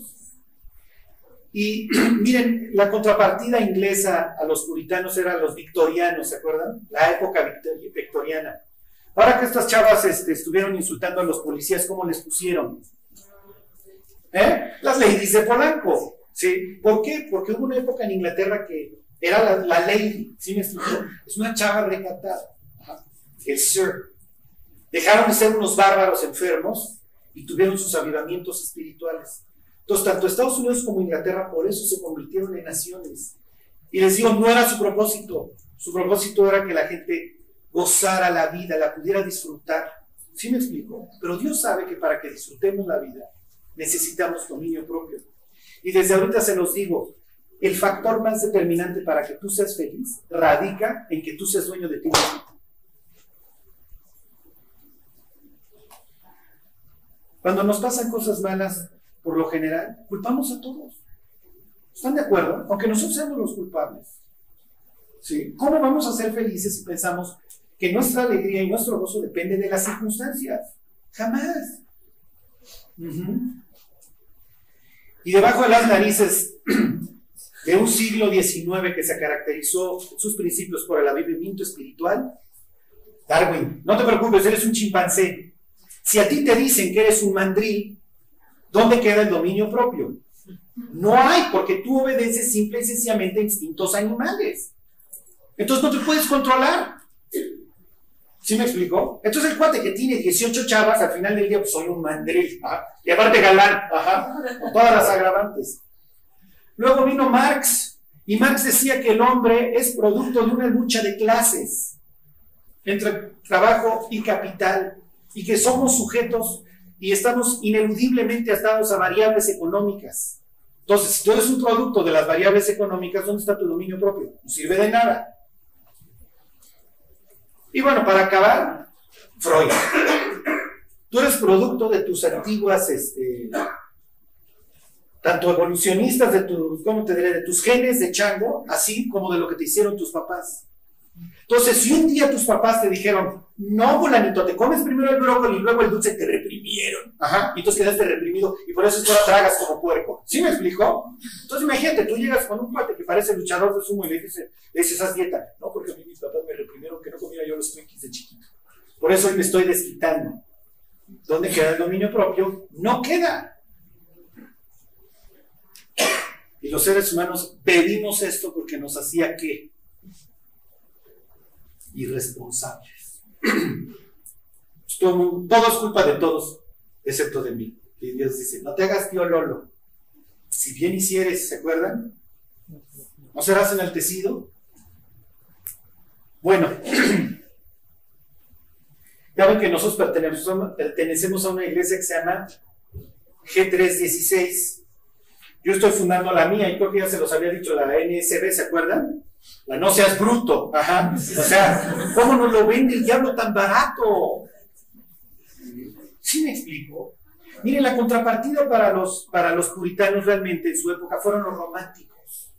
Y miren, la contrapartida inglesa a los puritanos eran los victorianos, ¿se acuerdan? La época victor- victoriana. Ahora que estas chavas este, estuvieron insultando a los policías, ¿cómo les pusieron? ¿Eh? Las ladies de Polanco. ¿Sí? ¿Por qué? Porque hubo una época en Inglaterra que era la, la lady, ¿sí me explico? Es una chava recatada. Ajá. El sir. Dejaron de ser unos bárbaros enfermos y tuvieron sus avivamientos espirituales. Entonces, tanto Estados Unidos como Inglaterra por eso se convirtieron en naciones. Y les digo, no era su propósito. Su propósito era que la gente gozara la vida, la pudiera disfrutar. ¿Sí me explico? Pero Dios sabe que para que disfrutemos la vida necesitamos dominio propio. Y desde ahorita se los digo, el factor más determinante para que tú seas feliz radica en que tú seas dueño de ti mismo. Cuando nos pasan cosas malas, por lo general, culpamos a todos. ¿Están de acuerdo? Aunque nosotros seamos los culpables. ¿Sí? ¿Cómo vamos a ser felices si pensamos que nuestra alegría y nuestro gozo depende de las circunstancias? Jamás. Uh-huh. Y debajo de las narices de un siglo diecinueve que se caracterizó en sus principios por el avivamiento espiritual, Darwin, no te preocupes, eres un chimpancé. Si a ti te dicen que eres un mandril, ¿dónde queda el dominio propio? No hay, porque tú obedeces simple y sencillamente a instintos animales. Entonces no te puedes controlar. ¿Sí me explicó? Entonces el cuate que tiene dieciocho chavas, al final del día, pues soy un mandril. Ajá. Y aparte galán, ajá, con todas las agravantes. Luego vino Marx, y Marx decía que el hombre es producto de una lucha de clases entre trabajo y capital, y que somos sujetos y estamos ineludiblemente atados a variables económicas. Entonces, si tú eres un producto de las variables económicas, ¿dónde está tu dominio propio? No sirve de nada. Y bueno, para acabar, Freud. Tú eres producto de tus antiguas, este, tanto evolucionistas, de tus, ¿cómo te diré? De tus genes de chango, así como de lo que te hicieron tus papás. Entonces, si un día tus papás te dijeron, no, fulanito, te comes primero el brócoli y luego el dulce, te reprimieron. Ajá, y entonces quedaste reprimido y por eso ahora tragas como puerco. ¿Sí me explicó? Entonces, imagínate, tú llegas con un cuate que parece luchador de sumo y le dices, le dices, haz dieta. No, porque a mí mis papás me reprimieron que no comiera yo los Twinkies de chiquito. Por eso hoy me estoy desquitando. ¿Dónde queda el dominio propio? No queda. Y los seres humanos pedimos esto porque nos hacía ¿qué? Irresponsables. Todo, todo es culpa de todos, excepto de mí. Y Dios dice, no te hagas tío Lolo. Si bien hicieres, ¿se acuerdan? ¿No serás enaltecido? Bueno, ya ven que nosotros pertenecemos, pertenecemos a una iglesia que se llama G tres dieciséis. Yo estoy fundando la mía y creo que ya se los había dicho, la N S B, ¿se acuerdan? La no seas bruto. Ajá. O sea, ¿cómo nos lo vende el diablo tan barato? ¿Sí me explico? Miren, la contrapartida para los, para los puritanos realmente en su época fueron los románticos.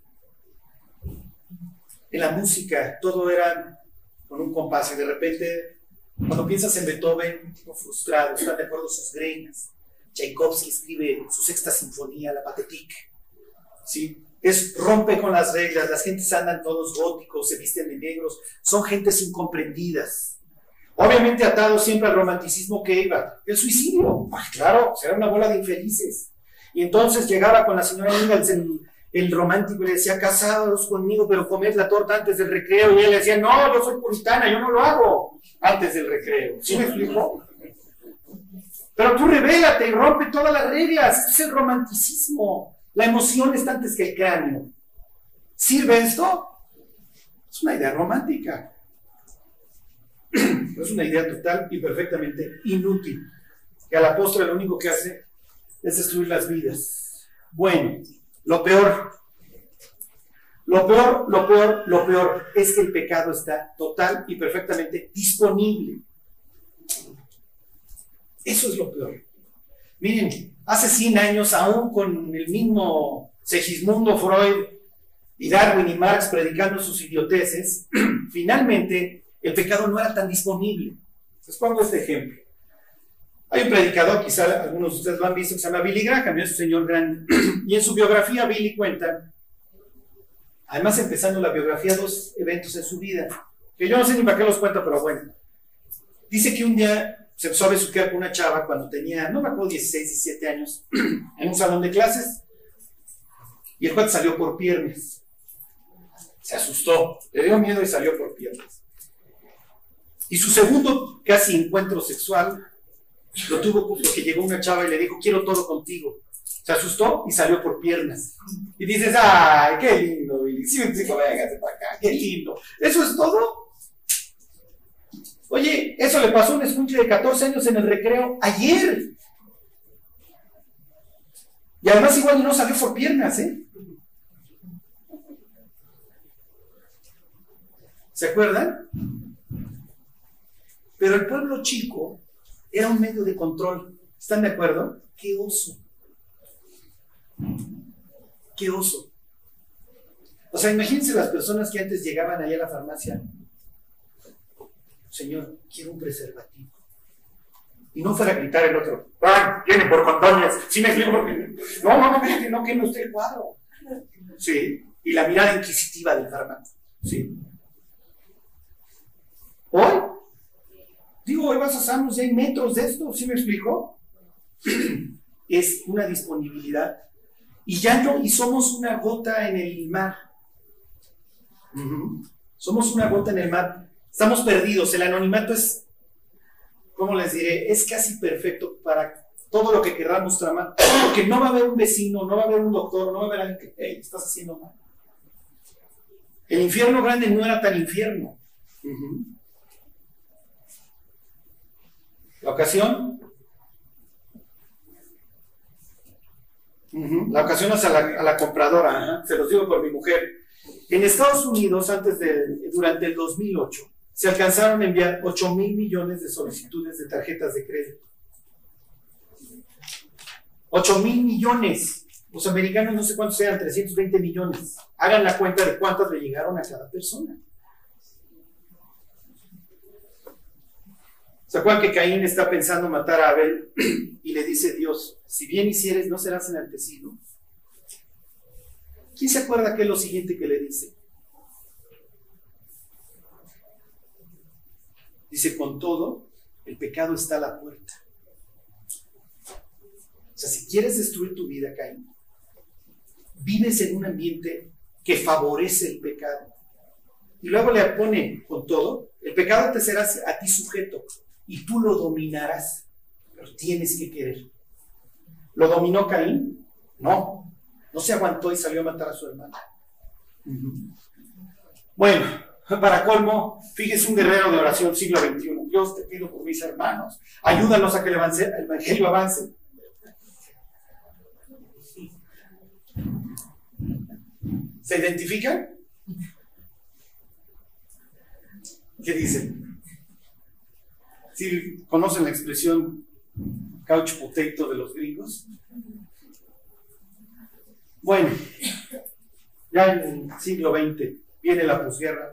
En la música todo era con un compás y de repente, cuando piensas en Beethoven, un tipo frustrado, están de acuerdo sus greñas. Tchaikovsky escribe su sexta sinfonía, la Pathétique. ¿Sí? Es rompe con las reglas, las gentes andan todos góticos, se visten de negros, son gentes incomprendidas. Obviamente atados siempre al romanticismo que iba, el suicidio. Pues claro, será una bola de infelices. Y entonces llegaba con la señora Ingalls, el, el romántico, y le decía, casados conmigo, pero comed la torta antes del recreo. Y él le decía, no, yo soy puritana, yo no lo hago antes del recreo. ¿Sí me explico? Pero tú revélate y rompe todas las reglas. Este es el romanticismo. La emoción está antes que el cráneo. ¿Sirve esto? Es una idea romántica. Es una idea total y perfectamente inútil. Que a la postre lo único que hace es destruir las vidas. Bueno, lo peor, lo peor, lo peor, lo peor es que el pecado está total y perfectamente disponible. Eso es lo peor. Miren, hace cien años, aún con el mismo Segismundo Freud y Darwin y Marx predicando sus idioteces, finalmente el pecado no era tan disponible. Les pongo este ejemplo. Hay un predicador, quizá algunos de ustedes lo han visto, que se llama Billy Graham, es un señor grande, y en su biografía Billy cuenta, además empezando la biografía, dos eventos en su vida, que yo no sé ni para qué los cuenta, pero bueno. Dice que un día se empezó a besuquear con una chava cuando tenía, no me acuerdo, dieciséis, diecisiete años, en un salón de clases, y el cuate salió por piernas. Se asustó, le dio miedo y salió por piernas. Y su segundo casi encuentro sexual lo tuvo porque llegó una chava y le dijo, quiero todo contigo. Se asustó y salió por piernas. Y dices, ay, qué lindo, Billy. Sí, me dijo, véngase para acá, qué lindo. ¿Eso es todo? Oye, eso le pasó a un escuincle de catorce años en el recreo ayer. Y además igual no salió por piernas, ¿eh? ¿Se acuerdan? Pero el pueblo chico era un medio de control. ¿Están de acuerdo? ¡Qué oso! ¡Qué oso! O sea, imagínense las personas que antes llegaban allá a la farmacia. Señor, quiero un preservativo. Y no fuera a gritar el otro. ¡Ay, tiene por condones! ¿Sí me explico? Porque... No, no, no, que no, que no esté el cuadro. Sí. Y la mirada inquisitiva del farmacéutico. Sí. Hoy, digo, hoy vas a Samos y hay metros de esto, ¿sí me explico? Es una disponibilidad. Y ya no, y somos una gota en el mar. Uh-huh. Somos una gota en el mar. Estamos perdidos. El anonimato es, ¿cómo les diré? Es casi perfecto para todo lo que querramos tramar. Porque no va a haber un vecino, no va a haber un doctor, no va a haber alguien que, hey, estás haciendo mal. El infierno grande no era tan infierno. Uh-huh. La ocasión. Uh-huh. La ocasión es a la, a la compradora. Uh-huh. Se los digo por mi mujer. En Estados Unidos, antes de, durante el dos mil ocho, se alcanzaron a enviar ocho mil millones de solicitudes de tarjetas de crédito. ocho mil millones. Los americanos no sé cuántos sean, trescientos veinte millones. Hagan la cuenta de cuántas le llegaron a cada persona. ¿Se acuerdan que Caín está pensando matar a Abel y le dice Dios, si bien hicieres, no serás enaltecido? ¿Quién se acuerda qué es lo siguiente que le dice? Dice, con todo, el pecado está a la puerta. O sea, si quieres destruir tu vida, Caín, vives en un ambiente que favorece el pecado. Y luego le pone, con todo, el pecado te será a ti sujeto y tú lo dominarás, pero tienes que querer. ¿Lo dominó Caín? No, no se aguantó y salió a matar a su hermano. Uh-huh. Bueno, para colmo, fíjese un guerrero de oración siglo veintiuno. Dios, te pido por mis hermanos, ayúdanos a que el evangelio avance. ¿Se identifican? ¿Qué dicen? ¿Sí conocen la expresión couch potato de los gringos? Bueno, ya en el siglo veinte viene la posguerra.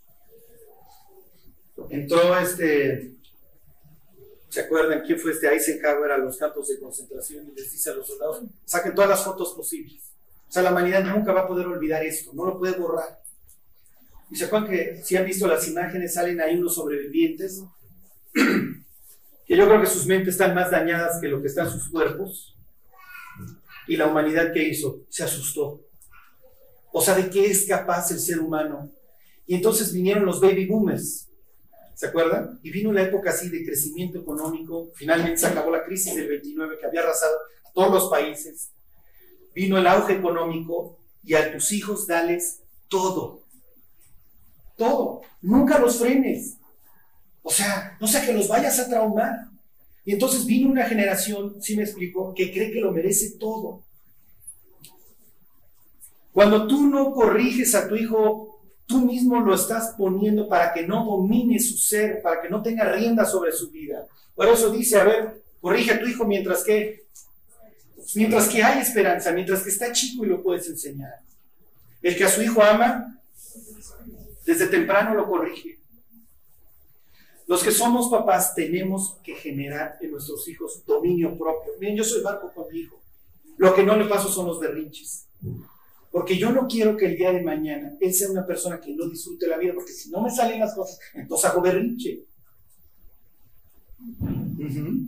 Entró este, ¿se acuerdan quién fue este Eisenhower a los campos de concentración y les dice a los soldados, saquen todas las fotos posibles? O sea, la humanidad nunca va a poder olvidar esto, no lo puede borrar. Y se acuerdan que si han visto las imágenes, salen ahí unos sobrevivientes que yo creo que sus mentes están más dañadas que lo que están sus cuerpos. Y la humanidad, ¿qué hizo? Se asustó. O sea, ¿de qué es capaz el ser humano? Y entonces vinieron los baby boomers, ¿se acuerdan? Y vino la época así de crecimiento económico. Finalmente se acabó la crisis del veintinueve que había arrasado a todos los países. Vino el auge económico y a tus hijos dales todo. Todo. Nunca los frenes. O sea, no sea que los vayas a traumar. Y entonces vino una generación, ¿sí me explico?, que cree que lo merece todo. Cuando tú no corriges a tu hijo, tú mismo lo estás poniendo para que no domine su ser, para que no tenga rienda sobre su vida. Por eso dice, a ver, corrige a tu hijo mientras que, mientras que hay esperanza, mientras que está chico y lo puedes enseñar. El que a su hijo ama, desde temprano lo corrige. Los que somos papás tenemos que generar en nuestros hijos dominio propio. Miren, yo soy barco con mi hijo. Lo que no le paso son los berrinches. Porque yo no quiero que el día de mañana él sea una persona que no disfrute la vida, porque si no me salen las cosas, entonces hago berrinche. Uh-huh.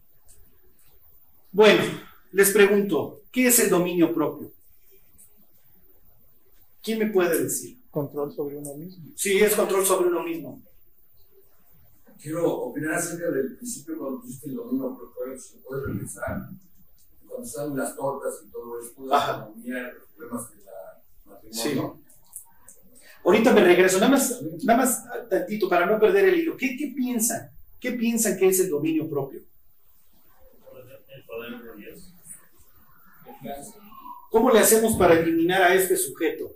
Bueno, les pregunto, ¿qué es el dominio propio? ¿Quién me puede decir? Control sobre uno mismo. Sí, es control sobre uno mismo. Quiero opinar acerca del principio cuando pusiste el dominio propio, se puede regresar. Cuando están las tortas y todo eso, la economía, los problemas de la matrimonio. Sí. Ahorita me regreso, nada más, nada más tantito para no perder el hilo. ¿Qué, qué piensan? ¿Qué piensan que es el dominio propio? El poder de Dios. ¿Cómo le hacemos para eliminar a este sujeto?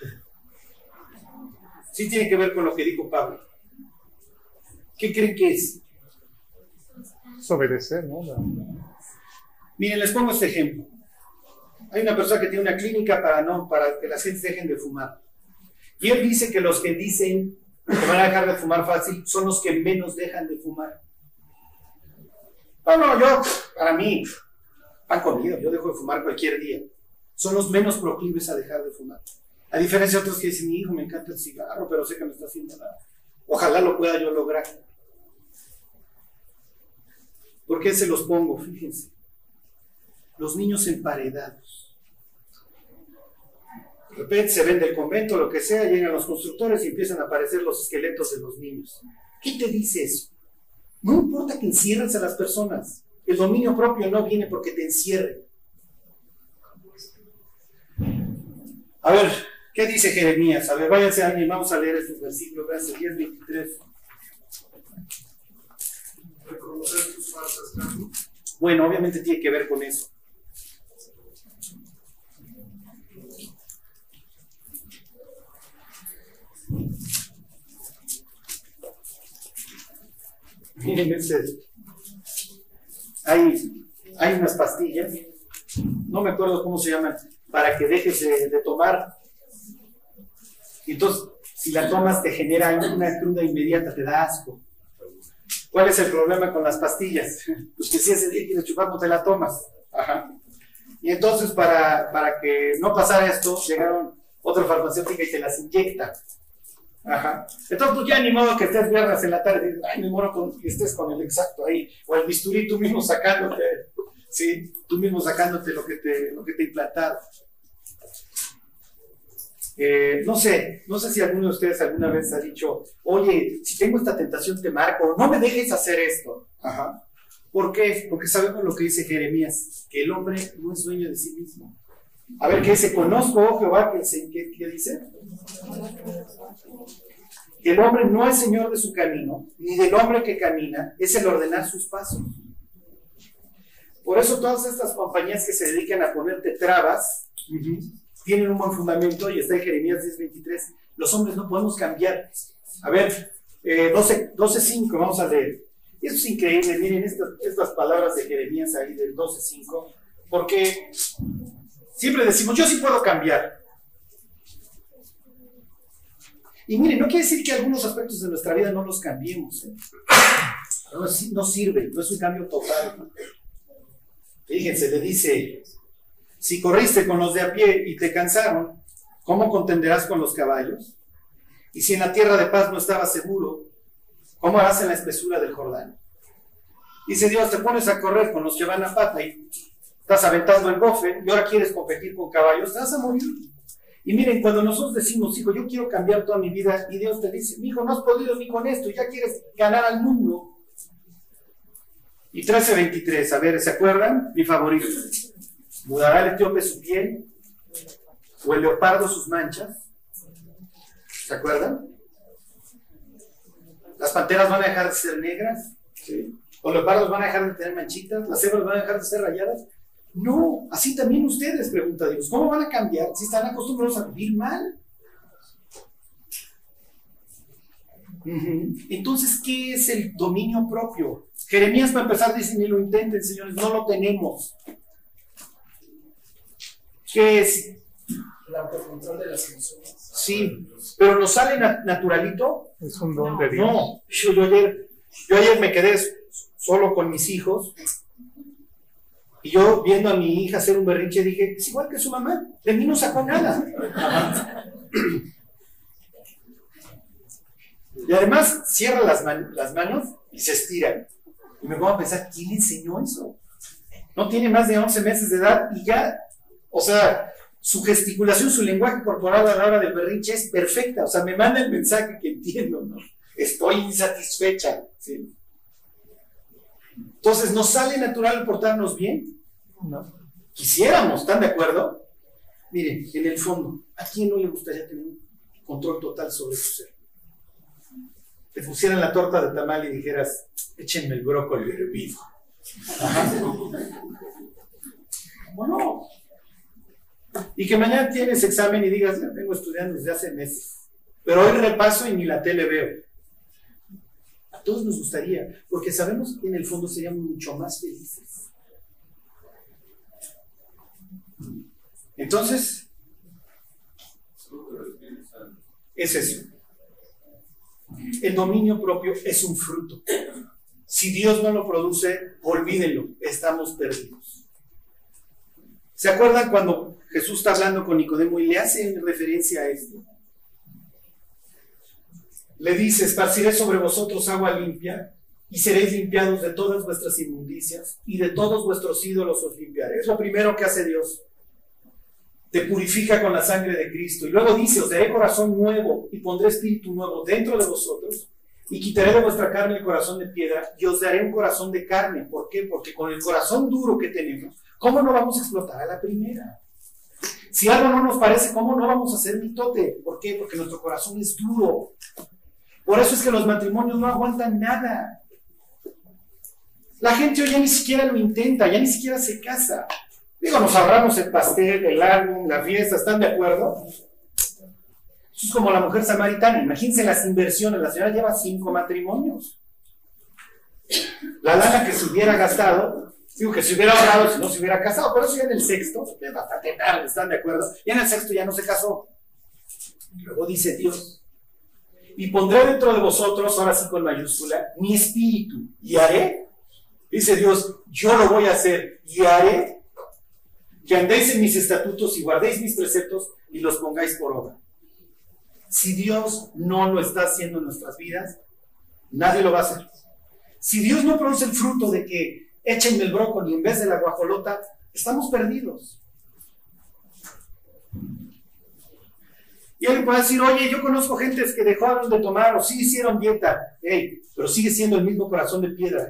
Sí tiene que ver con lo que dijo Pablo. ¿Qué creen que es? Es obedecer, ¿no? La- Miren, les pongo este ejemplo. Hay una persona que tiene una clínica para, no, para que las gentes dejen de fumar. Y él dice que los que dicen que van a dejar de fumar fácil son los que menos dejan de fumar. No, no, yo, para mí, pan comido, yo dejo de fumar cualquier día. Son los menos proclives a dejar de fumar. A diferencia de otros que dicen, mi hijo, me encanta el cigarro, pero sé que me está haciendo nada. Ojalá lo pueda yo lograr. ¿Por qué se los pongo? Fíjense. Los niños emparedados. De repente se ven del convento, lo que sea, llegan los constructores y empiezan a aparecer los esqueletos de los niños. ¿Qué te dice eso? No importa que encierres a las personas. El dominio propio no viene porque te encierre. A ver, ¿qué dice Jeremías? A ver, váyanse a mí, vamos a leer estos versículos, versos diez, veintitrés. Reconocer tus faltas, Carlos. Bueno, obviamente tiene que ver con eso. Miren, este, hay, hay unas pastillas, no me acuerdo cómo se llaman, para que dejes de, de tomar. Y entonces, si la tomas, te genera una cruda inmediata, te da asco. ¿Cuál es el problema con las pastillas? Pues que si ese día quieres chupar, no te la tomas. Ajá. Y entonces, para, para que no pasara esto, llegaron otra farmacéutica y te las inyecta. Ajá. Entonces, pues ya ni modo que estés viernes en la tarde y dices, ay, me muero con, y estés con el exacto ahí, o el bisturí tú mismo sacándote, sí, tú mismo sacándote lo que te, lo que te implantaron. Eh, no sé, no sé si alguno de ustedes alguna vez ha dicho, oye, si tengo esta tentación te marco, no me dejes hacer esto. Ajá. ¿Por qué? Porque sabemos lo que dice Jeremías, que el hombre no es dueño de sí mismo. A ver, ¿qué dice? Conozco, oh Jehová, ¿qué, qué, qué dice? Que el hombre no es señor de su camino, ni del hombre que camina, es el ordenar sus pasos. Por eso todas estas compañías que se dedican a ponerte trabas, uh-huh, tienen un buen fundamento, y está en Jeremías diez veintitrés. Los hombres no podemos cambiar. A ver, eh, doce cinco, vamos a leer. Eso es increíble, miren estas, estas palabras de Jeremías ahí del doce cinco, porque siempre decimos, yo sí puedo cambiar. Y miren, no quiere decir que algunos aspectos de nuestra vida no los cambiemos, ¿eh? No, no sirve, no es un cambio total. Fíjense, le dice, si corriste con los de a pie y te cansaron, ¿cómo contenderás con los caballos? Y si en la tierra de paz no estabas seguro, ¿cómo harás en la espesura del Jordán? Dice Dios, te pones a correr con los que van a pata y estás aventando el bofe y ahora quieres competir con caballos, te vas a morir. Y miren, cuando nosotros decimos, hijo, yo quiero cambiar toda mi vida, y Dios te dice, hijo, no has podido ni con esto, ya quieres ganar al mundo. Y trece veintitrés, a ver, ¿se acuerdan? Mi favorito. ¿Mudará el etíope su piel? ¿O el leopardo sus manchas? ¿Se acuerdan? ¿Las panteras van a dejar de ser negras? ¿Sí? ¿O los leopardos van a dejar de tener manchitas? ¿Las cebras van a dejar de ser rayadas? No, así también ustedes, pregunta Dios. ¿Cómo van a cambiar si están acostumbrados a vivir mal? Uh-huh. Entonces, ¿qué es el dominio propio? Jeremías, para empezar, dice, ni lo intenten, señores, no lo tenemos. ¿Qué es? El autocontrol de las emociones. Sí, pero ¿nos sale nat- naturalito? Es un don de Dios. No, yo, yo, ayer, yo ayer me quedé solo con mis hijos y yo viendo a mi hija hacer un berrinche dije, es igual que su mamá, de mí no sacó nada. Y además cierra las, man- las manos y se estira. Y me pongo a pensar, ¿quién le enseñó eso? No tiene más de once meses de edad y ya, o sea, su gesticulación, su lenguaje corporal a la hora del berrinche es perfecta. O sea, me manda el mensaje que entiendo, ¿no? Estoy insatisfecha, ¿sí? Entonces, ¿nos sale natural portarnos bien? No. Quisiéramos, ¿están de acuerdo? Miren, en el fondo, ¿a quién no le gustaría tener un control total sobre su ser? Te pusieran la torta de tamal y dijeras, échenme el brócoli hervido. Ajá. Bueno, y que mañana tienes examen y digas, ya vengo estudiando desde hace meses, pero hoy repaso y ni la tele veo. todos nos gustaría, porque sabemos que en el fondo seríamos mucho más felices. Entonces, es eso. El dominio propio es un fruto. Si Dios no lo produce, olvídenlo, estamos perdidos. ¿Se acuerdan cuando Jesús está hablando con Nicodemo y le hace referencia a esto? Le dice: esparciré sobre vosotros agua limpia y seréis limpiados de todas vuestras inmundicias y de todos vuestros ídolos os limpiaré. Es lo primero que hace Dios. Te purifica con la sangre de Cristo. Y luego dice: os daré corazón nuevo y pondré espíritu nuevo dentro de vosotros y quitaré de vuestra carne el corazón de piedra y os daré un corazón de carne. ¿Por qué? Porque con el corazón duro que tenemos, ¿cómo no vamos a explotar a la primera? Si algo no nos parece, ¿cómo no vamos a hacer mitote? ¿Por qué? Porque nuestro corazón es duro. Por eso es que los matrimonios no aguantan nada. La gente hoy ya ni siquiera lo intenta, ya ni siquiera se casa. Digo, nos ahorramos el pastel, el álbum, la fiesta, ¿están de acuerdo? Eso es como la mujer samaritana. Imagínense las inversiones. La señora lleva cinco matrimonios. La lana que se hubiera gastado, digo que se hubiera ahorrado si no se hubiera casado. Por eso ya en el sexto, es bastante tarde, ¿están de acuerdo? Ya en el sexto ya no se casó. Luego dice Dios: y pondré dentro de vosotros, ahora sí con mayúscula, mi espíritu, y haré, dice Dios, yo lo voy a hacer, y haré que andéis en mis estatutos y guardéis mis preceptos y los pongáis por obra. Si Dios no lo está haciendo en nuestras vidas, nadie lo va a hacer. Si Dios no produce el fruto de que echen el brócoli en vez de la guajolota, estamos perdidos. Y alguien puede decir: oye, yo conozco gentes que dejaron de tomar o sí hicieron dieta. Hey, pero sigue siendo el mismo corazón de piedra.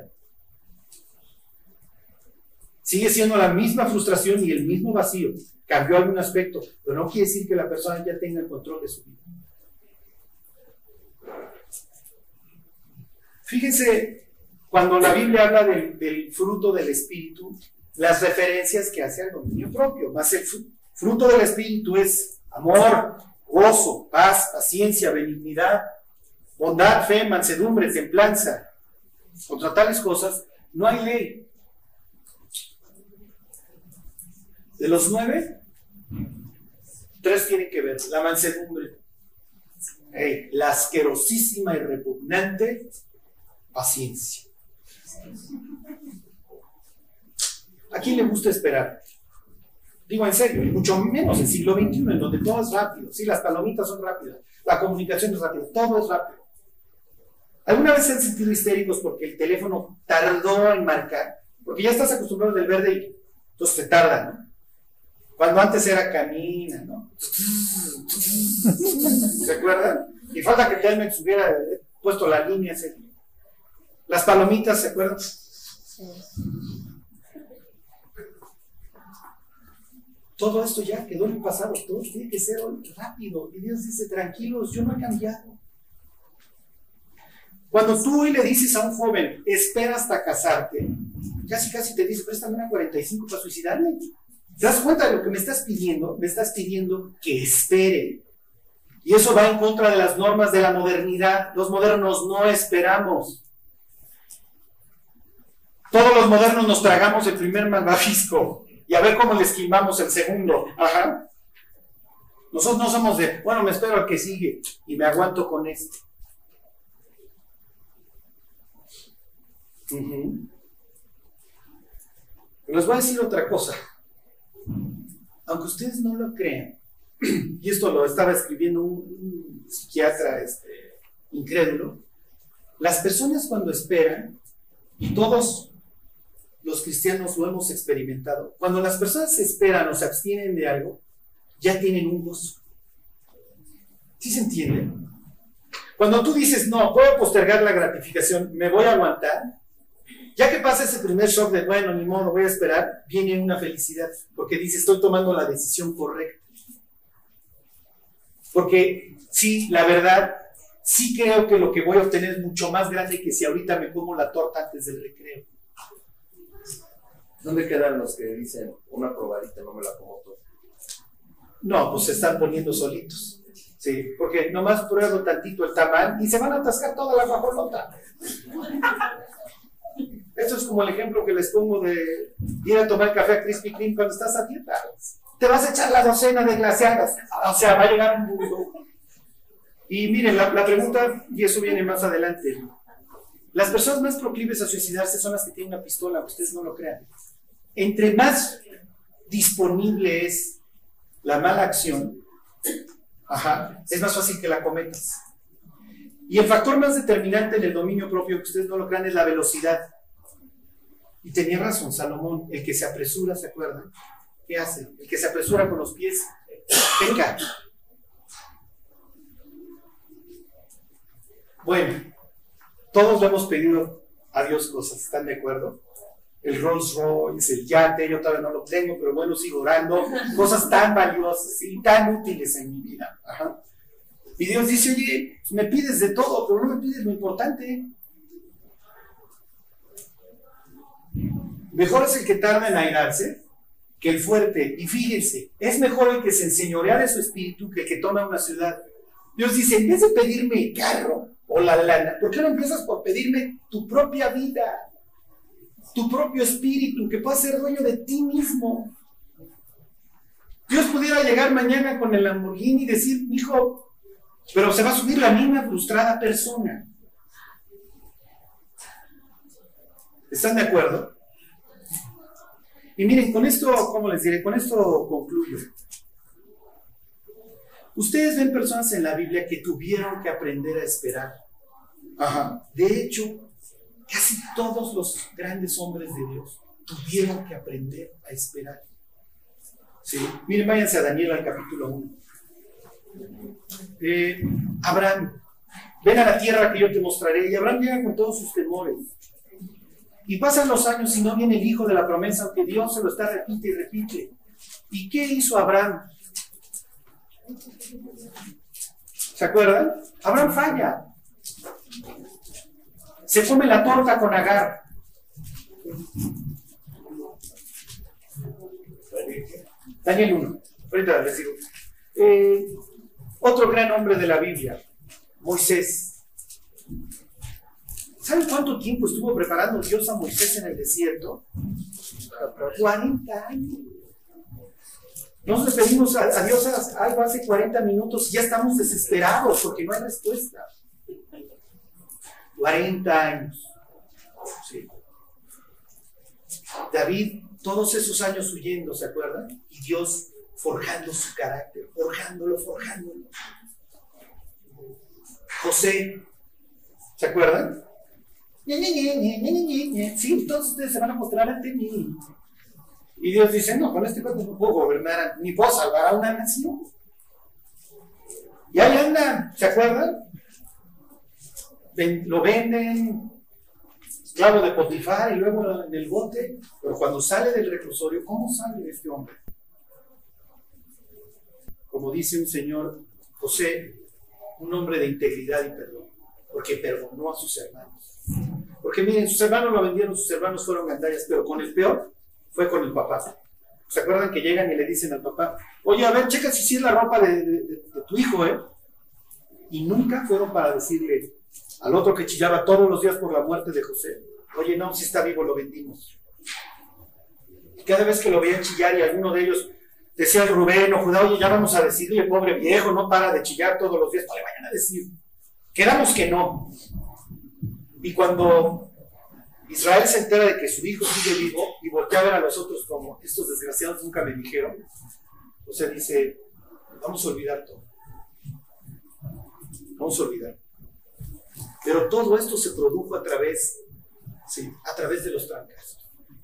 Sigue siendo la misma frustración y el mismo vacío. Cambió algún aspecto, pero no quiere decir que la persona ya tenga el control de su vida. Fíjense, cuando la Biblia habla del, del fruto del Espíritu, las referencias que hace al dominio propio. Más el fruto del Espíritu es amor, gozo, paz, paciencia, benignidad, bondad, fe, mansedumbre, templanza. Contra tales cosas no hay ley. De los nueve, tres tienen que ver. La mansedumbre, hey, la asquerosísima y repugnante paciencia. ¿A quién le gusta esperar? Digo en serio, y mucho menos en el siglo veintiuno, en donde todo es rápido. Sí, las palomitas son rápidas, la comunicación es rápida, todo es rápido. ¿Alguna vez se han sentido histéricos porque el teléfono tardó en marcar? Porque ya estás acostumbrado del verde y entonces te tarda, ¿no? Cuando antes era camina, ¿no? ¿Se acuerdan? Y falta que Telmex hubiera puesto la línea. Las palomitas, ¿se acuerdan? Todo esto ya quedó en el pasado, todo tiene que ser rápido. Y Dios dice: tranquilos, yo no he cambiado. Cuando tú hoy le dices a un joven: espera hasta casarte, casi casi te dice: préstame una cuarenta y cinco para suicidarme. ¿Te das cuenta de lo que me estás pidiendo? Me estás pidiendo que espere. Y eso va en contra de las normas de la modernidad. Los modernos no esperamos. Todos los modernos nos tragamos el primer malvavisco y a ver cómo le esquivamos el segundo. Ajá. Nosotros no somos de, bueno, me espero al que sigue y me aguanto con este. Uh-huh. Les voy a decir otra cosa. Aunque ustedes no lo crean, y esto lo estaba escribiendo un, un psiquiatra este, incrédulo, las personas cuando esperan, y todos los cristianos lo hemos experimentado, cuando las personas se esperan o se abstienen de algo, ya tienen un gozo. ¿Sí se entiende? Cuando tú dices: no, puedo postergar la gratificación, me voy a aguantar, ya que pasa ese primer shock de, bueno, ni modo, voy a esperar, viene una felicidad, porque dice: estoy tomando la decisión correcta. Porque sí, la verdad, sí creo que lo que voy a obtener es mucho más grande que si ahorita me como la torta antes del recreo. ¿Dónde quedan los que dicen una probadita, no me la como toda? No, pues se están poniendo solitos. Sí, porque nomás pruebo tantito el tamal y se van a atascar toda la guajolota. Esto es como el ejemplo que les pongo de ir a tomar café a Krispy Kreme cuando estás a dieta. Te vas a echar la docena de glaseadas. O sea, va a llegar un mundo. Y miren, la, la pregunta, y eso viene más adelante. Las personas más proclives a suicidarse son las que tienen una pistola, ustedes no lo crean. Entre más disponible es la mala acción, ajá, es más fácil que la cometas. Y el factor más determinante en el dominio propio, que ustedes no lo crean, es la velocidad. Y tenía razón Salomón, el que se apresura, ¿se acuerdan? ¿Qué hace? El que se apresura con los pies, peca. Bueno, todos le hemos pedido a Dios cosas, ¿están de acuerdo? El Rolls Royce, el yate, yo todavía no lo tengo, pero bueno, sigo orando. Cosas tan valiosas y tan útiles en mi vida. Ajá. Y Dios dice, oye, me pides de todo, pero no me pides lo importante. Mejor es el que tarda en airarse que el fuerte. Y fíjense, es mejor el que se enseñorea de su espíritu que el que toma una ciudad. Dios dice, en vez de pedirme el carro o la lana, ¿por qué no empiezas por pedirme tu propia vida? Tu propio espíritu, que puedas ser dueño de ti mismo. Dios pudiera llegar mañana con el Lamborghini y decir, hijo, pero se va a subir la misma frustrada persona. ¿Están de acuerdo? Y miren, con esto, ¿cómo les diré? Con esto concluyo. Ustedes ven personas en la Biblia que tuvieron que aprender a esperar. Ajá. De hecho, casi todos los grandes hombres de Dios tuvieron que aprender a esperar. ¿Sí? Miren, váyanse a Daniel al capítulo uno. Eh, Abraham, ven a la tierra que yo te mostraré. Y Abraham llega con todos sus temores. Y pasan los años y no viene el hijo de la promesa, aunque Dios se lo está repite y repite. ¿Y qué hizo Abraham? ¿Se acuerdan? Abraham falla. Se come la torta con Agar. Daniel uno. Ahorita les digo. Eh, otro gran hombre de la Biblia, Moisés. ¿Saben cuánto tiempo estuvo preparando Dios a Moisés en el desierto? cuarenta años. Nosotros le pedimos a, a Dios algo hace cuarenta minutos y ya estamos desesperados porque no hay respuesta. cuarenta años. Sí. David, todos esos años huyendo, ¿se acuerdan? Y Dios forjando su carácter, forjándolo, forjándolo. José, ¿se acuerdan? Sí, todos ustedes se van a mostrar ante mí. Y Dios dice, no, con este cuerpo no puedo gobernar, ni puedo salvar a una nación. Y ahí andan, ¿se acuerdan? Ven, lo venden, esclavo de Potifar, y luego en el bote. Pero cuando sale del reclusorio, ¿cómo sale este hombre? Como dice un señor, José, un hombre de integridad y perdón, porque perdonó a sus hermanos. Porque miren, sus hermanos lo vendieron, sus hermanos fueron gandallas, pero con el peor fue con el papá. ¿Se acuerdan que llegan y le dicen al papá, oye, a ver, checa si sí es la ropa de, de, de, de tu hijo, eh? Y nunca fueron para decirle al otro que chillaba todos los días por la muerte de José, oye, no, si está vivo, lo vendimos. Y cada vez que lo veían chillar y alguno de ellos decía al Rubén o Judá, oye, ya vamos a decirle, pobre viejo, no para de chillar todos los días, no le vayan a decir. Quedamos que no. Y cuando Israel se entera de que su hijo sigue vivo y voltea a ver a los otros como estos desgraciados nunca me dijeron, o sea, dice, vamos a olvidar todo. Vamos a olvidar. Pero todo esto se produjo a través, sí, a través de los trancazos.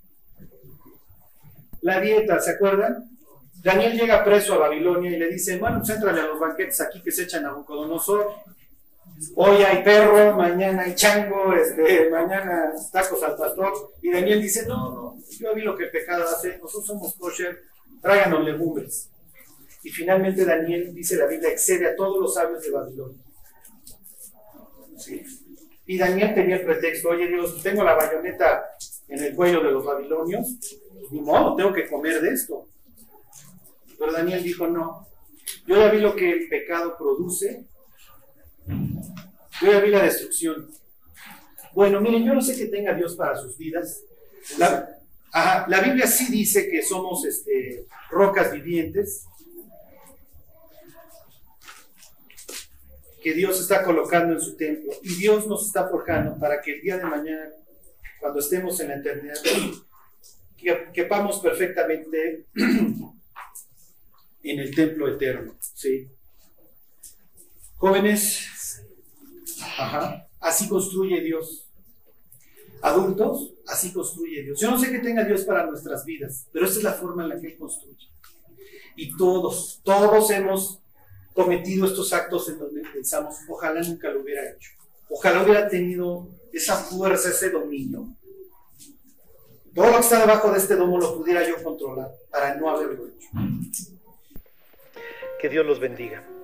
La dieta, ¿se acuerdan? Daniel llega preso a Babilonia y le dice, bueno, pues éntrale a los banquetes aquí que se echan a Nabucodonosor. Hoy hay perro, mañana hay chango, este, mañana tacos al pastor. Y Daniel dice, no, no, yo vi lo que el pecado hace, nosotros somos kosher, tráiganos legumbres. Y finalmente Daniel, dice la Biblia, excede a todos los sabios de Babilonia. ¿Sí? Y Daniel tenía el pretexto, oye Dios, tengo la bayoneta en el cuello de los babilonios, ni modo, tengo que comer de esto. Pero Daniel dijo, no, yo ya vi lo que el pecado produce, yo ya vi la destrucción. Bueno, miren, yo no sé qué tenga Dios para sus vidas. La, ajá, la Biblia sí dice que somos este, rocas vivientes, que Dios está colocando en su templo, y Dios nos está forjando para que el día de mañana, cuando estemos en la eternidad, que quepamos perfectamente en el templo eterno, ¿sí? Jóvenes, ajá, así construye Dios. Adultos, así construye Dios. Yo no sé qué tenga Dios para nuestras vidas, pero esa es la forma en la que Él construye. Y todos, todos hemos cometido estos actos en donde pensamos, ojalá nunca lo hubiera hecho. Ojalá hubiera tenido esa fuerza, ese dominio. Todo lo que está debajo de este domo lo pudiera yo controlar para no haberlo hecho. Que Dios los bendiga.